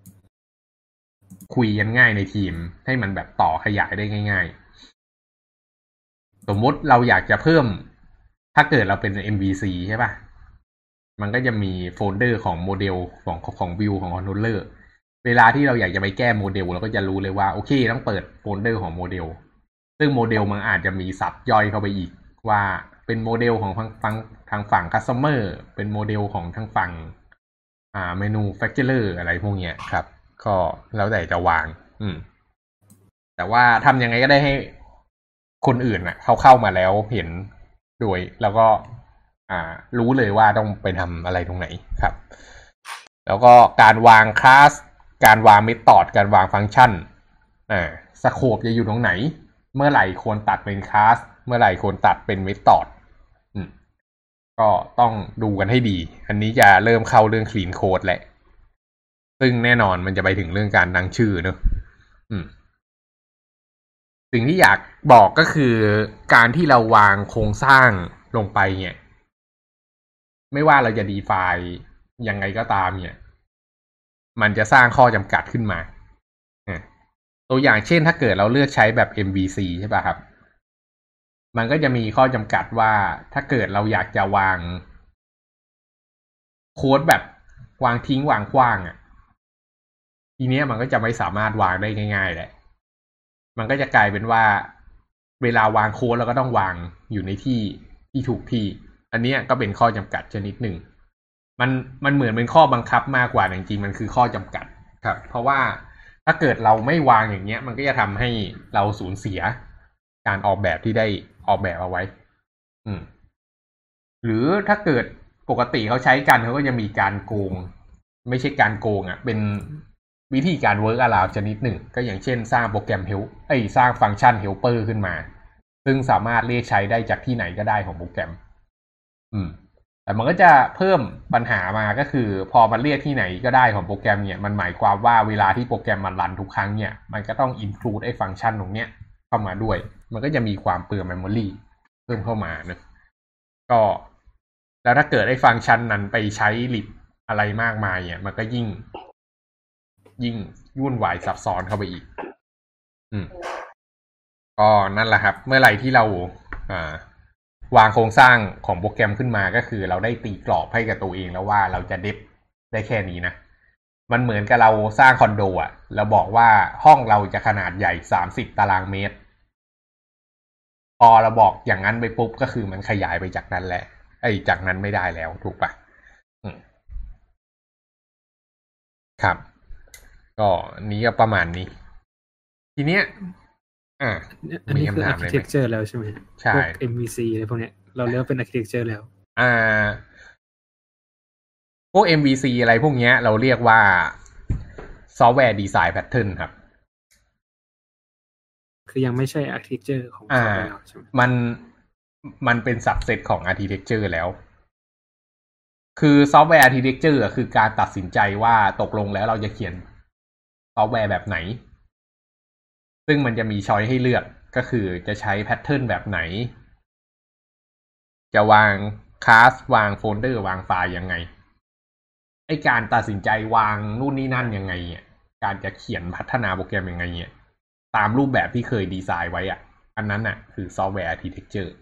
คุยกันง่ายในทีมให้มันแบบต่อขยายได้ง่ายๆสมมติเราอยากจะเพิ่มถ้าเกิดเราเป็น เอ็ม วี ซี ใช่ป่ะมันก็จะมีโฟลเดอร์ของโมเดลของของวิวของคอนโทรลเลอร์เวลาที่เราอยากจะไปแก้โมเดลเราก็จะรู้เลยว่าโอเคต้องเปิดโฟลเดอร์ของโมเดลซึ่งโมเดลมันอาจจะมีซับย่อยเข้าไปอีกว่าเป็นโมเดลของทางฝั่งทางฝั่ง customer เป็นโมเดลของทางฝั่งอ่า manufacturer อะไรพวกเนี้ยครับก็แล้วแต่จะวางอืมแต่ว่าทำยังไงก็ได้ให้คนอื่นน่ะเขาเข้ามาแล้วเห็นโดยแล้วก็อ่ารู้เลยว่าต้องไปทำอะไรตรงไหนครับแล้วก็การวางคลาสการวางเมธอดการวางฟังก์ชันอ่าสโคปจะอยู่ตรงไหนเมื่อไหร่ควรตัดเป็นคลาสเมื่อไหร่ควรตัดเป็นเมธอดอืมก็ต้องดูกันให้ดีอันนี้จะเริ่มเข้าเรื่อง clean code แหละซึ่งแน่นอนมันจะไปถึงเรื่องการตั้งชื่อเนอะอืมสิ่งที่อยากบอกก็คือการที่เราวางโครงสร้างลงไปเนี่ยไม่ว่าเราจะ define ยังไงก็ตามเนี่ยมันจะสร้างข้อจำกัดขึ้นมาตัวอย่างเช่นถ้าเกิดเราเลือกใช้แบบ เอ็ม วี ซี ใช่ป่ะครับมันก็จะมีข้อจำกัดว่าถ้าเกิดเราอยากจะวางโค้ดแบบวางทิ้งวางขว้างอ่ะทีเนี้ยมันก็จะไม่สามารถวางได้ง่ายๆแหละมันก็จะกลายเป็นว่าเวลาวางโค้ดเราก็ต้องวางอยู่ในที่ที่ถูกที่อันนี้ก็เป็นข้อจำกัดชนิดหนึ่งมันมันเหมือนเป็นข้อบังคับมากกว่าจริงๆมันคือข้อจำกัดครับเพราะว่าถ้าเกิดเราไม่วางอย่างเงี้ยมันก็จะทำให้เราสูญเสียการออกแบบที่ได้ออกแบบเอาไว้อืมหรือถ้าเกิดปกติเขาใช้กันเขาก็จะมีการโกงไม่ใช่การโกงอ่ะเป็นวิธีการ work around ชนิดหนึ่งก็อย่างเช่นสร้างโปรแกรม help เอ้ยสร้างฟังก์ชัน helper ขึ้นมาซึ่งสามารถเรียกใช้ได้จากที่ไหนก็ได้ของโปรแกรมอืมแต่มันก็จะเพิ่มปัญหามาก็คือพอมันเรียกที่ไหนก็ได้ของโปรแกรมเนี่ยมันหมายความว่าเวลาที่โปรแกรมมันรันทุกครั้งเนี่ยมันก็ต้อง include ไอ้ฟังก์ชันตรงเนี้ยเข้ามาด้วยมันก็จะมีความเปลือง memory เพิ่มเข้ามานะก็แล้วถ้าเกิดไอ้ฟังก์ชันนั้นไปใช้ลิบอะไรมากมายเนี่ยมันก็ยิ่งยิ่งยุ่นวายซับซ้อนเข้าไปอีกอืมก็นั่นแหละครับเมื่อไหร่ที่เราอ่าวางโครงสร้างของโปรแกรมขึ้นมาก็คือเราได้ตีกรอบให้กับตัวเองแล้วว่าเราจะเดฟได้แค่นี้นะมันเหมือนกับเราสร้างคอนโดอ่ะเราบอกว่าห้องเราจะขนาดใหญ่สามสิบตารางเมตรพอเราบอกอย่างนั้นไปปุ๊บก็คือมันขยายไปจากนั้นแหละไอ้จากนั้นไม่ได้แล้วถูกปะครับก็นี้ก็ประมาณนี้ทีเนี้ยอ่าอันนี้คือ architecture แล้วใช่ไหมใช่พวก เอ็ม วี ซี อะไรพวกเนี้ยเราเรียกเป็น architecture แล้วอ่าพวก เอ็ม วี ซี อะไรพวกเนี้ยเราเรียกว่า software design pattern ครับคือยังไม่ใช่ architecture ของ software ใช่ไหมมันมันเป็น subset ของ architecture แล้วคือ software architecture คือการตัดสินใจว่าตกลงแล้วเราจะเขียนซอฟต์แวร์แบบไหนซึ่งมันจะมีช้อยให้เลือกก็คือจะใช้แพทเทิร์นแบบไหนจะวางคลาสวางโฟลเดอร์วางไฟล์ยังไงไอการตัดสินใจวางนู่นนี่นั่นยังไงเนี่ยการจะเขียนพัฒนาโปรแกรมยังไงเนี่ยตามรูปแบบที่เคยดีไซน์ไว้อ่ะอันนั้นน่ะคือซอฟต์แวร์อาร์คิเทคเจอร์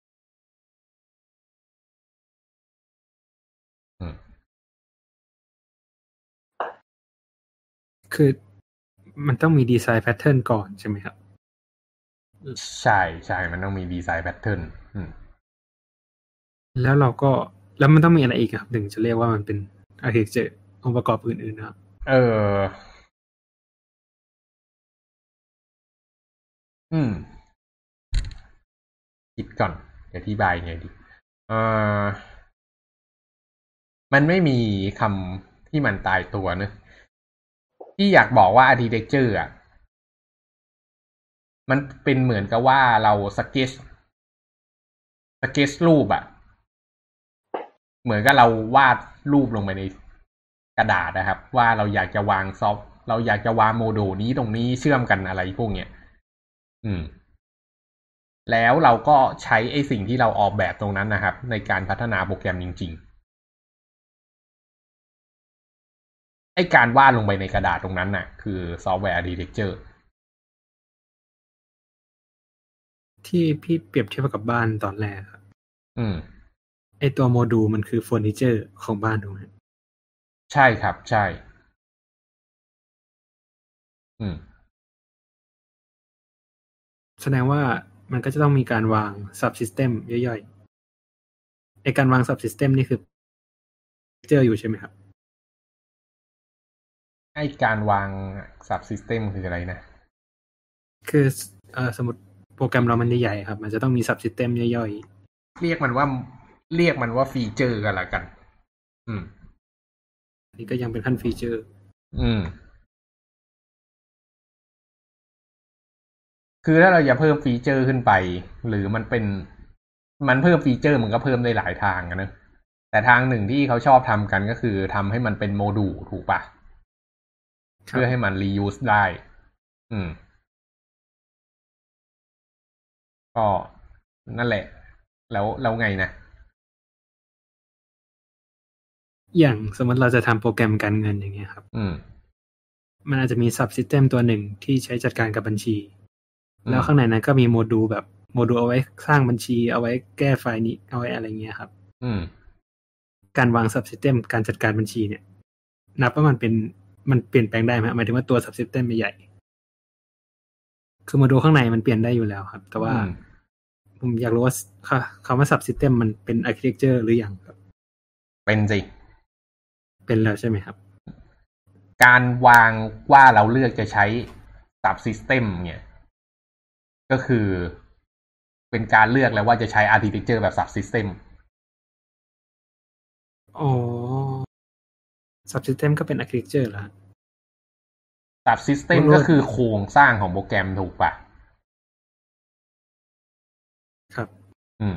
คือมันต้องมีดีไซน์แพทเทิร์นก่อนใช่ไหมครับใช่ใช่มันต้องมีดีไซน์แพทเทิร์นแล้วเราก็แล้วมันต้องมีอะไรอีกครับถึงจะเรียกว่ามันเป็น architecture องค์ประกอบอื่นๆนะครับเอออืมคิดก่อนอธิบายไงดีเออมันไม่มีคำที่มันตายตัวเนอะที่อยากบอกว่า architecture อ่ะมันเป็นเหมือนกับว่าเราสเก็ตสเก็ตรูปอ่ะเหมือนกับเราวาดรูปลงไปในกระดาษนะครับว่าเราอยากจะวางซอฟเราอยากจะวางโมดูลนี้ตรงนี้เชื่อมกันอะไรพวกเนี้ยอืมแล้วเราก็ใช้ไอ้สิ่งที่เราออกแบบตรงนั้นนะครับในการพัฒนาโปรแกรมจริงๆไอ้การวาดลงไปในกระดาษตรงนั้นน่ะคือซอฟต์แวร์อาร์คิเทคเจอร์ที่พี่เปรียบเทียบกับบ้านตอนแรกครับอืมไอตัวโมดูลมันคือเฟอร์นิเจอร์ของบ้านถูกไหมใช่ครับใช่อืมแสดงว่ามันก็จะต้องมีการวาง subsystem ย่อยการวาง subsystem นี่คือเจออยู่ใช่ไหมครับไอ้การวาง subsystem คืออะไรนะคือเอ่อสมมติโปรแกรมเรามันใหญ่ๆครับมันจะต้องมี subsystem ย่อยๆเรียกมันว่าเรียกมันว่าฟีเจอร์กันละกันอืมๆนี่ก็ยังเป็นขั้นฟีเจอร์อืมคือถ้าเราจะเพิ่มฟีเจอร์ขึ้นไปหรือมันเป็นมันเพิ่มฟีเจอร์มันก็เพิ่มได้หลายทางนะแต่ทางหนึ่งที่เขาชอบทำกันก็คือทำให้มันเป็นโมดูลถูกปะเพื่อให้มัน reuse ได้อืมก็นั่นแหละแล้วแล้วไงนะอย่างสมมติเราจะทำโปรแกรมการเงินอย่างเงี้ยครับอืมมันอาจจะมี subsystem ตัวหนึ่งที่ใช้จัดการกับบัญชีแล้วข้างในนั้นก็มีโมดูลแบบโมดูลเอาไว้สร้างบัญชีเอาไว้แก้ไฟล์นี้เอาไว้อะไรเงี้ยครับอืมการวาง subsystem การจัดการบัญชีเนี่ยนับว่ามันเป็นมันเปลี่ยนแปลงได้ไหมหมายถึงว่าตัว subsystem ใหญ่คือโมดูลข้างในมันเปลี่ยนได้อยู่แล้วครับแต่ว่าผมอยากรู้ว่าคำว่า subsystem มันเป็น architecture หรือยังครับเป็นสิเป็นแล้วใช่ไหมครับการวางว่าเราเลือกจะใช้ subsystem เนี่ยก็คือเป็นการเลือกแล้วว่าจะใช้ architecture แบบ subsystem อ๋อ subsystem ก็เป็น architecture แล้ว subsystem ก็คือโครงสร้างของโปรแกรมถูกปะครับอืม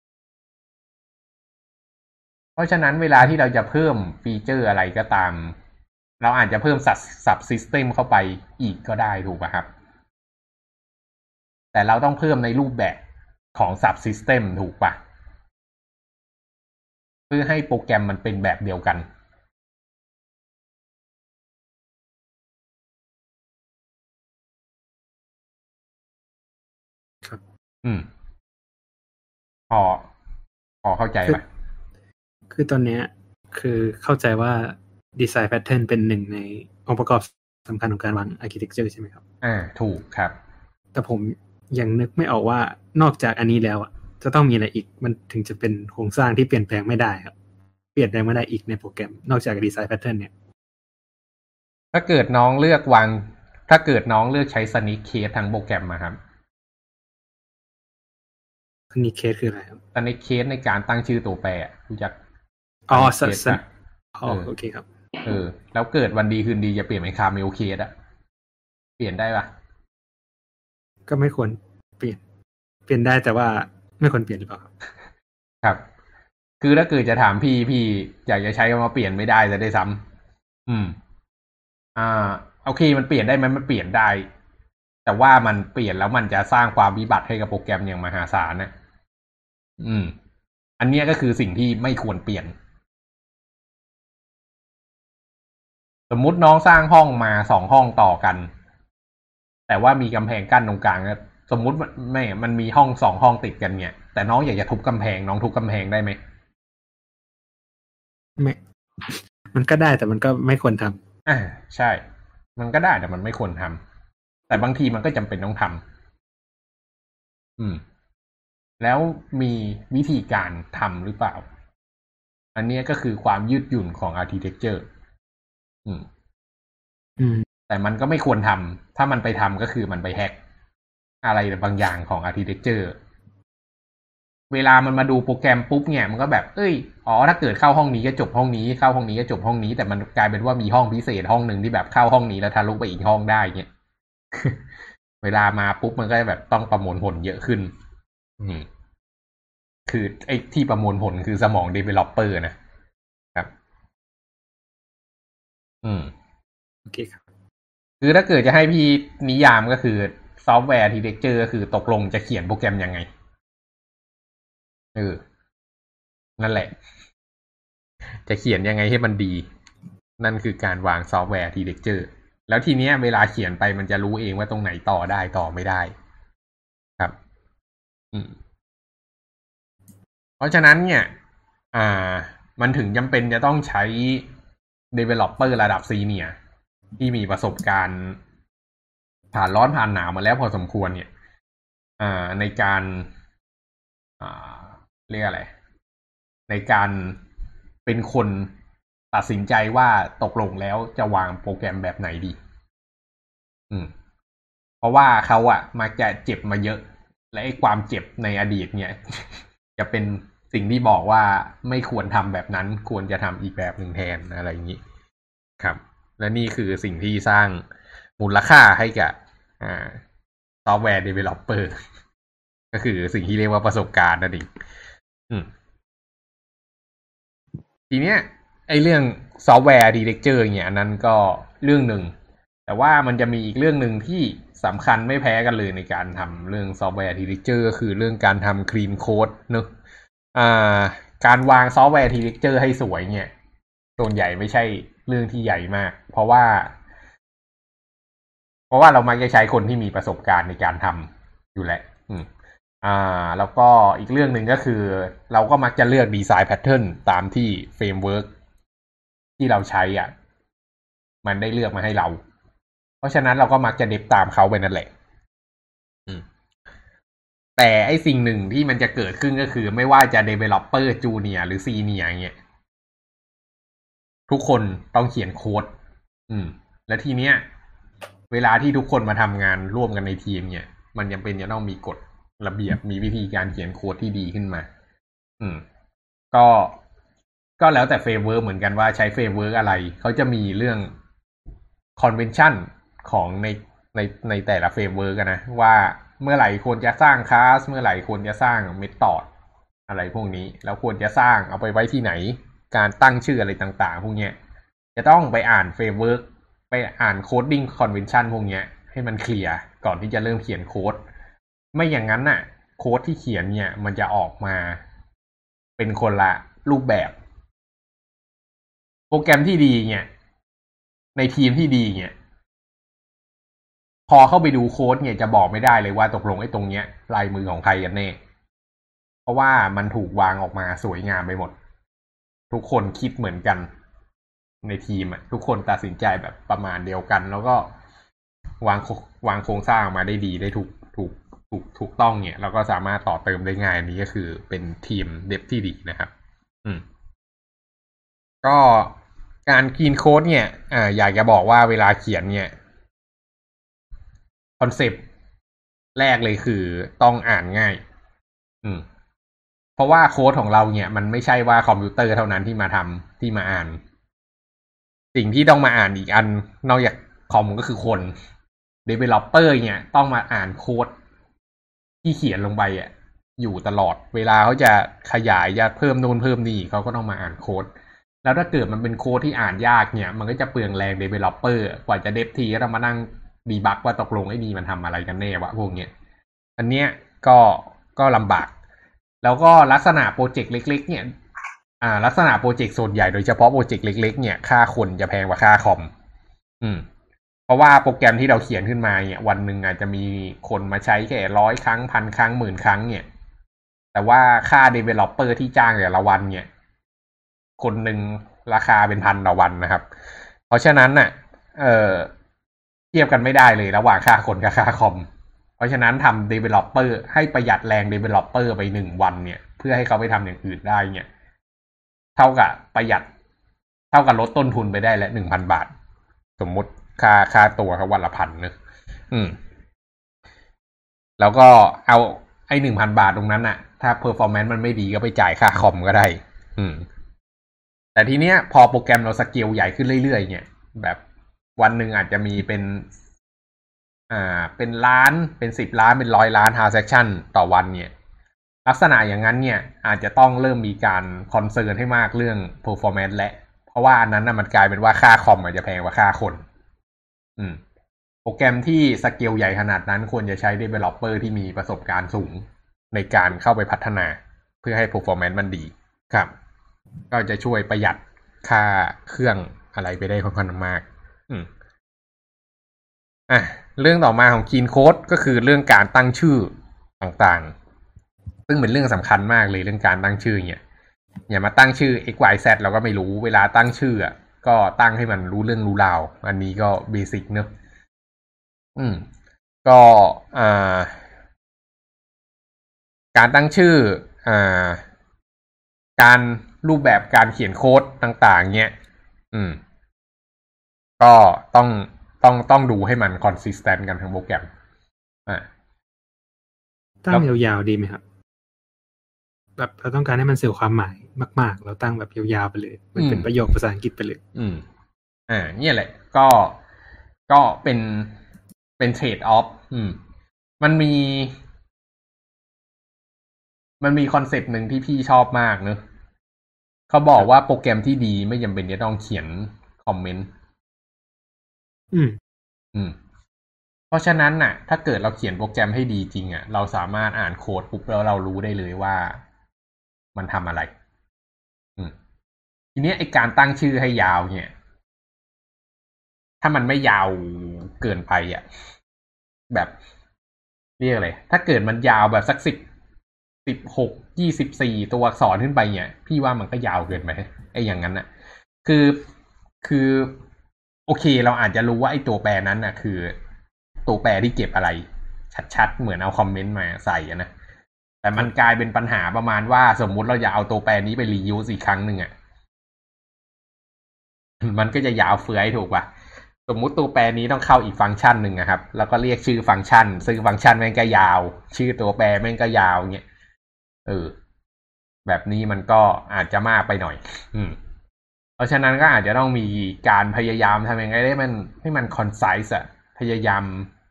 เพราะฉะนั้นเวลาที่เราจะเพิ่มฟีเจอร์อะไรก็ตามเราอาจจะเพิ่ม subsystem เข้าไปอีกก็ได้ถูกป่ะครับแต่เราต้องเพิ่มในรูปแบบของ subsystem ถูกป่ะเพื่อให้โปรแกรมมันเป็นแบบเดียวกันครับอืมพอพอเข้าใจป่ะคือตอนนี้คือเข้าใจว่า design pattern เป็นหนึ่งในองค์ประกอบสำคัญของการวาง architecture ใช่ไหมครับอ่าถูกครับแต่ผมยังนึกไม่ออกว่านอกจากอันนี้แล้วอ่ะจะต้องมีอะไรอีกมันถึงจะเป็นโครงสร้างที่เปลี่ยนแปลงไม่ได้ครับเปลี่ยนแปลงไม่ได้อีกในโปรแกรมนอกจาก design pattern เนี่ยถ้าเกิดน้องเลือกวางถ้าเกิดน้องเลือกใช้ sneak case ทั้งโปรแกรมมาครับอันนี้เคสคืออะไรครับ sneak case ในการตั้งชื่อตัวแปรรู้จักอ๋อ sneak case ป่ะอ๋อโอเคครับเออแล้วเกิดวันดีคืนดีจะเปลี่ยนเป็นคาเมลเคสอะเปลี่ยนได้ป่ะก็ไม่ควรเปลี่ยนเปลี่ยนได้แต่ว่าไม่ควรเปลี่ยนหรือเปล่าครับครับคือถ้าเกิดจะถามพี่พี่อยากจะใช้คำว่าเปลี่ยนไม่ได้จะได้ซ้ำอืมอ่าโอเคมันเปลี่ยนได้ไหมมันเปลี่ยนได้ แต่ว่ามันเปลี่ยนแล้วมันจะสร้างความวิบัติให้กับโปรแกรมอย่างมหาศาลนะอืมอันนี้ก็คือสิ่งที่ไม่ควรเปลี่ยนสมมุติน้องสร้างห้องมาสองห้องต่อกันแต่ว่ามีกำแพงกั้นตรงกลางสมมุติไม่มันมีห้องสองห้องติดกันเนี่ยแต่น้องอยากจะทุบกำแพงน้องทุบกำแพงได้ไหมไม่มันก็ได้แต่มันก็ไม่ควรทำอ่าใช่ มันก็ได้แต่มันไม่ควรทำแต่บางทีมันก็จำเป็นต้องทำอืมแล้วมีวิธีการทำหรือเปล่าอันนี้ก็คือความยืดหยุ่นของ architecture อืมอืมแต่มันก็ไม่ควรทำถ้ามันไปทำก็คือมันไปแฮกอะไรบางอย่างของ architecture เวลามันมาดูโปรแกรมปุ๊บเนี่ยมันก็แบบเอ้ยอ๋อถ้าเกิดเข้าห้องนี้ก็จบห้องนี้เข้าห้องนี้ก็จบห้องนี้แต่มันกลายเป็นว่ามีห้องพิเศษห้องหนึ่งที่แบบเข้าห้องนี้แล้วทะลุไปอีกห้องได้เนี่ย เวลามาปุ๊บมันก็แบบต้องประมวลผลเยอะขึ้น อืมคือไอ้ที่ประมวลผลคือสมอง developer นะครับอืมโอเคครับคือถ้าเกิดจะให้พี่นิยามก็คือซอฟต์แวร์ architecture ก็คือตกลงจะเขียนโปรแกรมยังไงเออนั่นแหละจะเขียนยังไงให้มันดี นั่นคือการวางซอฟต์แวร์ architecture แล้วทีเนี้ยเวลาเขียนไปมันจะรู้เองว่าตรงไหนต่อได้ต่อไม่ได้ ครับ อืม เพราะฉะนั้นเนี่ย อ่า มันถึงจำเป็นจะต้องใช้ developer ระดับซีเนียร์ที่มีประสบการณ์ผ่านร้อนผ่านหนาวมาแล้วพอสมควรเนี่ย อ่า ในการ อ่า เรียกอะไรในการเป็นคนตัดสินใจว่าตกลงแล้วจะวางโปรแกรมแบบไหนดีอืมเพราะว่าเขาอะมักจะเจ็บมาเยอะและไอ้ความเจ็บในอดีตเนี่ย จะเป็นสิ่งที่บอกว่าไม่ควรทำแบบนั้นควรจะทำอีกแบบหนึ่งแทนอะไรอย่างนี้ครับและนี่คือสิ่งที่สร้างมูลค่าให้กับอ่าซอฟต์แวร์ developer ก็คือสิ่งที่เรียกว่าประสบการณ์นั่นเองอืมทีเนี้ยไอ้เรื่องซอฟต์แวร์ดีเรคเจอร์เนี่ยอันนั้นก็เรื่องหนึ่งแต่ว่ามันจะมีอีกเรื่องหนึ่งที่สำคัญไม่แพ้กันเลยในการทำเรื่องซอฟต์แวร์ดีเรคเจอร์ก็คือเรื่องการทำคลีนโค้ดเนอะอ่าการวางซอฟต์แวร์ดีเรคเจอร์ให้สวยเนี่ยส่วนใหญ่ไม่ใช่เรื่องที่ใหญ่มากเพราะว่าเพราะว่าเรามักจะใช้คนที่มีประสบการณ์ในการทำอยู่แล้วอืมอ่าแล้วก็อีกเรื่องหนึ่งก็คือเราก็มักจะเลือกดีไซน์แพทเทิร์นตามที่เฟรมเวิร์กที่เราใช้อ่ะมันได้เลือกมาให้เราเพราะฉะนั้นเราก็มักจะเดฟตามเขาไปนั่นแหละอืมแต่ไอสิ่งหนึ่งที่มันจะเกิดขึ้นก็คือไม่ว่าจะ developer junior หรือ senior เนี่ยทุกคนต้องเขียนโค้ดอืมและทีเนี้ยเวลาที่ทุกคนมาทำงานร่วมกันในทีมเนี่ยมันจำเป็นจะต้องมีกฎระเบียบมีวิธีการเขียนโค้ดที่ดีขึ้นมาอืมก็ก็แล้วแต่เฟรมเวิร์กเหมือนกันว่าใช้เฟรมเวิร์กอะไรเขาจะมีเรื่องคอนเวนชั่นของในในในแต่ละเฟรมเวิร์กนะว่าเมื่อไหร่ควรจะสร้างคลาสเมื่อไหร่ควรจะสร้างเมธอดอะไรพวกนี้แล้วควรจะสร้างเอาไปไว้ที่ไหนการตั้งชื่ออะไรต่างๆพวกเนี้ยจะต้องไปอ่านเฟรมเวิร์กไปอ่านโคดดิ้งคอนเวนชั่นพวกเนี้ยให้มันเคลียร์ก่อนที่จะเริ่มเขียนโค้ดไม่อย่างนั้นน่ะโค้ดที่เขียนเนี่ยมันจะออกมาเป็นคนละรูปแบบโปรแกรมที่ดีเนี่ยในทีมที่ดีเนี่ยพอเข้าไปดูโค้ดเนี่ยจะบอกไม่ได้เลยว่าตกลงไอ้ตรงเนี้ยลายมือของใครกันแน่เพราะว่ามันถูกวางออกมาสวยงามไปหมดทุกคนคิดเหมือนกันในทีมอะทุกคนตัดสินใจแบบประมาณเดียวกันแล้วก็วางวางโครงสร้างออกมาได้ดีได้ถูกถูกถูกถูกต้องเนี่ยเราก็สามารถต่อเติมได้ง่ายนี้ก็คือเป็นทีมเดฟที่ดีนะครับอืม ก็การคีนโค้ดเนี่ยอ่าอยากจะบอกว่าเวลาเขียนเนี่ยคอนเซปต์แรกเลยคือต้องอ่านง่ายอืมเพราะว่าโค้ดของเราเนี่ยมันไม่ใช่ว่าคอมพิวเตอร์เท่านั้นที่มาทำที่มาอ่านสิ่งที่ต้องมาอ่านอีกอันนอกจากคอมก็คือคน developer เนี่ยต้องมาอ่านโค้ดที่เขียนลงไปอ่ะอยู่ตลอดเวลาเขาจะขยายจะเพิ่มโน่นเพิ่มนี่เขาก็ต้องมาอ่านโค้ดแล้วถ้าเกิดมันเป็นโค้ดที่อ่านยากเนี่ยมันก็จะเปลืองแรง developer กว่าจะเดฟทีก็ต้องมานั่งดีบักว่าตกลงไอ้นี่มันทำอะไรกันแน่วะพวกเนี้ยอันเนี้ยก็ก็ลำบากแล้วก็ลักษณะโปรเจกต์เล็กๆเนี่ยอ่าลักษณะโปรเจกต์ส่วนใหญ่โดยเฉพาะโปรเจกต์เล็กๆเนี่ยค่าคนจะแพงกว่าค่าคอมอืมเพราะว่าโปรแกรมที่เราเขียนขึ้นมาเนี่ยวันหนึ่งอาจจะมีคนมาใช้แค่ร้อยครั้งพันครั้งหมื่นครั้งเนี่ยแต่ว่าค่า developer ที่จ้างแต่ละวันเนี่ยคนหนึ่งราคาเป็นพันต่อวันนะครับเพราะฉะนั้นน่ะเอ่อเทียบกันไม่ได้เลยระหว่างค่าคนกับค่าคอมเพราะฉะนั้นทำ developer ให้ประหยัดแรง developer ไปหนึ่งวันเนี่ยเพื่อให้เขาไปทำอย่างอื่นได้เนี่ยเท่ากับประหยัดเท่ากับลดต้นทุนไปได้และหนึ่งพันบาทสมมุติค่าค่าตัวเขาวันละพันเนอะอืมแล้วก็เอาไอ้หนึ่งพันบาทตรงนั้นน่ะถ้า performance มันไม่ดีก็ไปจ่ายค่าคอมก็ได้อืมแต่ทีเนี้ยพอโปรแกรมเราสเกลใหญ่ขึ้นเรื่อยๆเนี่ยแบบวันหนึ่งอาจจะมีเป็นอ่าเป็นล้านเป็นสิบล้านเป็นร้อยล้าน transaction ต่อวันเนี่ยลักษณะอย่างนั้นเนี่ยอาจจะต้องเริ่มมีการคอนเซิร์นให้มากเรื่อง performance และเพราะว่าอันนั้นน่ะมันกลายเป็นว่าค่าคอมอาจจะแพงกว่าค่าคนอืมโปรแกรมที่สเกลใหญ่ขนาดนั้นควรจะใช้ developer ที่มีประสบการณ์สูงในการเข้าไปพัฒนาเพื่อให้ performance มันดีครับก็จะช่วยประหยัดค่าเครื่องอะไรไปได้ค่อนข้างมากอืมอ่ะเรื่องต่อมาของ Clean Code ก็คือเรื่องการตั้งชื่อต่างๆซึ่งเป็นเรื่องสำคัญมากเลยเรื่องการตั้งชื่อเนี่ยอย่ามาตั้งชื่อ x y z เราก็ไม่รู้เวลาตั้งชื่ออ่ะก็ตั้งให้มันรู้เรื่องรู้ราวอันนี้ก็เบสิกเนอะอืมก็อ่าการตั้งชื่ออ่าการรูปแบบการเขียนโค้ดต่างๆเงี้ยอืมก็ต้องต้องต้องดูให้มัน consistent กันทั้งโปรแกรมอ่าตั้งยาวๆดีไหมครับแบบเราต้องการให้มันสื่อความหมายมากๆเราตั้งแบบยาวๆไปเลยมันเป็นประโยคภาษาอังกฤษไปเลยอืมอ่าเนี่ยแหละก็ก็เป็นเป็นเทรดออฟอืมมันมีมันมีคอนเซปต์หนึ่งที่พี่ชอบมากเนอะเขาบอกว่าโปรแกรมที่ดีไม่จำเป็นจะต้องเขียนคอมเมนต์อืมอืมเพราะฉะนั้นน่ะถ้าเกิดเราเขียนโปรแกรมให้ดีจริงอ่ะเราสามารถอ่านโค้ดปุ๊บแล้วเรารู้ได้เลยว่ามันทำอะไรอืมทีนี้ไอการตั้งชื่อให้ยาวเนี่ยถ้ามันไม่ยาวเกินไปอ่ะแบบเรียกอะไรถ้าเกิดมันยาวแบบสักสิบสิบหกยี่สิบสี่ตัวอักษรขึ้นไปเนี่ยพี่ว่ามันก็ยาวเกินไปไอ้อย่างนั้นน่ะคือคือโอเคเราอาจจะรู้ว่าไอ้ตัวแปรนั้นน่ะคือตัวแปรที่เก็บอะไรชัดๆเหมือนเอาคอมเมนต์มาใส่นะ แต่มันกลายเป็นปัญหาประมาณว่าสมมุติเราจะเอาตัวแปรนี้ไปรียูสอีกครั้งหนึ่งอ่ะมันก็จะยาวเฟื้อยถูกป่ะสมมุติตัวแปรนี้ต้องเข้าอีกฟังก์ชันหนึ่งนะครับแล้วก็เรียกชื่อฟังก์ชันซึ่งฟังก์ชันแม่งก็ยาวชื่อตัวแปรแม่งก็ยาวเงี้ยเออแบบนี้มันก็อาจจะมากไปหน่อย อืมเพราะฉะนั้นก็อาจจะต้องมีการพยายามทำยังไงได้มันให้มันคอนไซส์อะพยายาม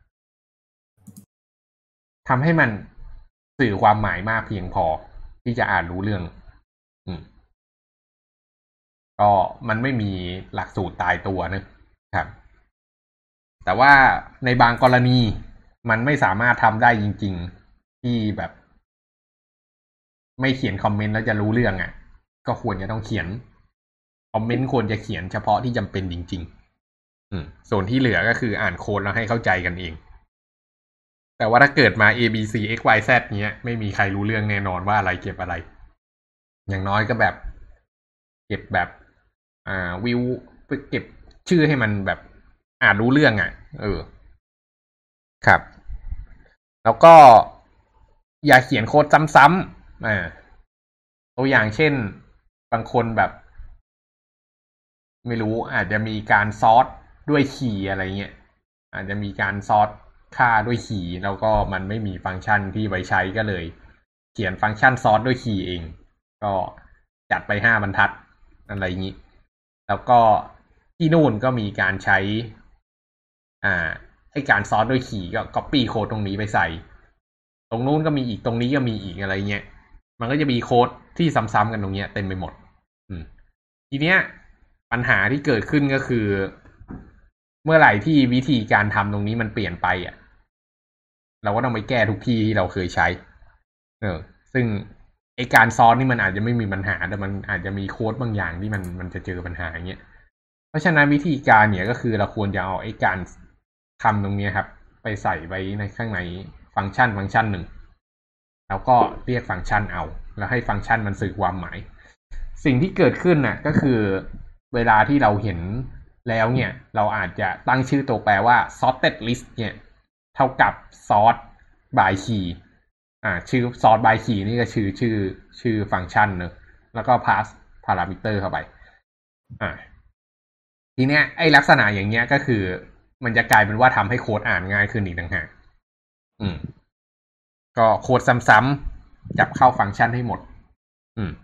ทำให้มันสื่อความหมายมากเพียงพอที่จะอ่านรู้เรื่อง อืมก็มันไม่มีหลักสูตรตายตัวนะครับแต่ว่าในบางกรณีมันไม่สามารถทำได้จริงๆที่แบบไม่เขียนคอมเมนต์แล้วจะรู้เรื่องอ่ะก็ควรจะต้องเขียนคอมเมนต์ควรจะเขียนเฉพาะที่จำเป็นจริงๆอืมส่วนที่เหลือก็คืออ่านโค้ดแล้วให้เข้าใจกันเองแต่ว่าถ้าเกิดมา A B C X Y Z เนี้ยไม่มีใครรู้เรื่องแน่นอนว่าอะไรเก็บอะไรอย่างน้อยก็แบบเก็บแบบอ่าวิวเก็บชื่อให้มันแบบอ่านรู้เรื่องอ่ะเออครับแล้วก็อย่าเขียนโค้ดซ้ำๆอ่าตัวอย่างเช่นบางคนแบบไม่รู้อาจจะมีการซอร์ตด้วยคีย์อะไรเงี้ยอาจจะมีการซอร์ตค่าด้วยคีย์แล้วก็มันไม่มีฟังก์ชันที่ไว้ใช้ก็เลยเขียนฟังก์ชันซอร์ตด้วยคีย์เองก็จัดไปห้าบรรทัดอะไรอย่างนี้แล้วก็ที่นู่นก็มีการใช้อ่าให้การซอร์ตด้วยคีย์ก็ copy โค้ดตรงนี้ไปใส่ตรงนู้นก็มีอีกตรงนี้ก็มีอีกอะไรเงี้ยมันก็จะมีโค้ดที่ซ้ำๆกันตรงเนี้ยเต็มไปหมดอืมทีเนี้ยปัญหาที่เกิดขึ้นก็คือเมื่อไหร่ที่วิธีการทำตรงนี้มันเปลี่ยนไปอ่ะเราก็ต้องไปแก้ทุกที่ที่เราเคยใช้เออซึ่งไอการซ้อนนี่มันอาจจะไม่มีปัญหาแต่มันอาจจะมีโค้ดบางอย่างที่มันมันจะเจอปัญหาอย่างเงี้ยเพราะฉะนั้นวิธีการเนี่ยก็คือเราควรจะเอาไอการทำตรงนี้ครับไปใส่ไว้ในข้างในฟังก์ชันฟังก์ชันหนึ่งแล้วก็เรียกฟังก์ชันเอาแล้วให้ฟังก์ชันมันสื่อความหมายสิ่งที่เกิดขึ้นน่ะก็คือเวลาที่เราเห็นแล้วเนี่ยเราอาจจะตั้งชื่อตัวแปรว่า sorted list เนี่ยเท่ากับ sort by key อ่าชื่อ sort by key นี่ก็ชื่อชื่อชื่อฟังก์ชันเนอะแล้วก็ pass parameter เข้าไปอ่าทีเนี้ยไอ้ลักษณะอย่างเงี้ยก็คือมันจะกลายเป็นว่าทำให้โค้ดอ่านง่ายขึ้นอีกต่างหากอืมก็โค้ดซ้ำๆจับเข้าฟังก์ชันให้หมดอืม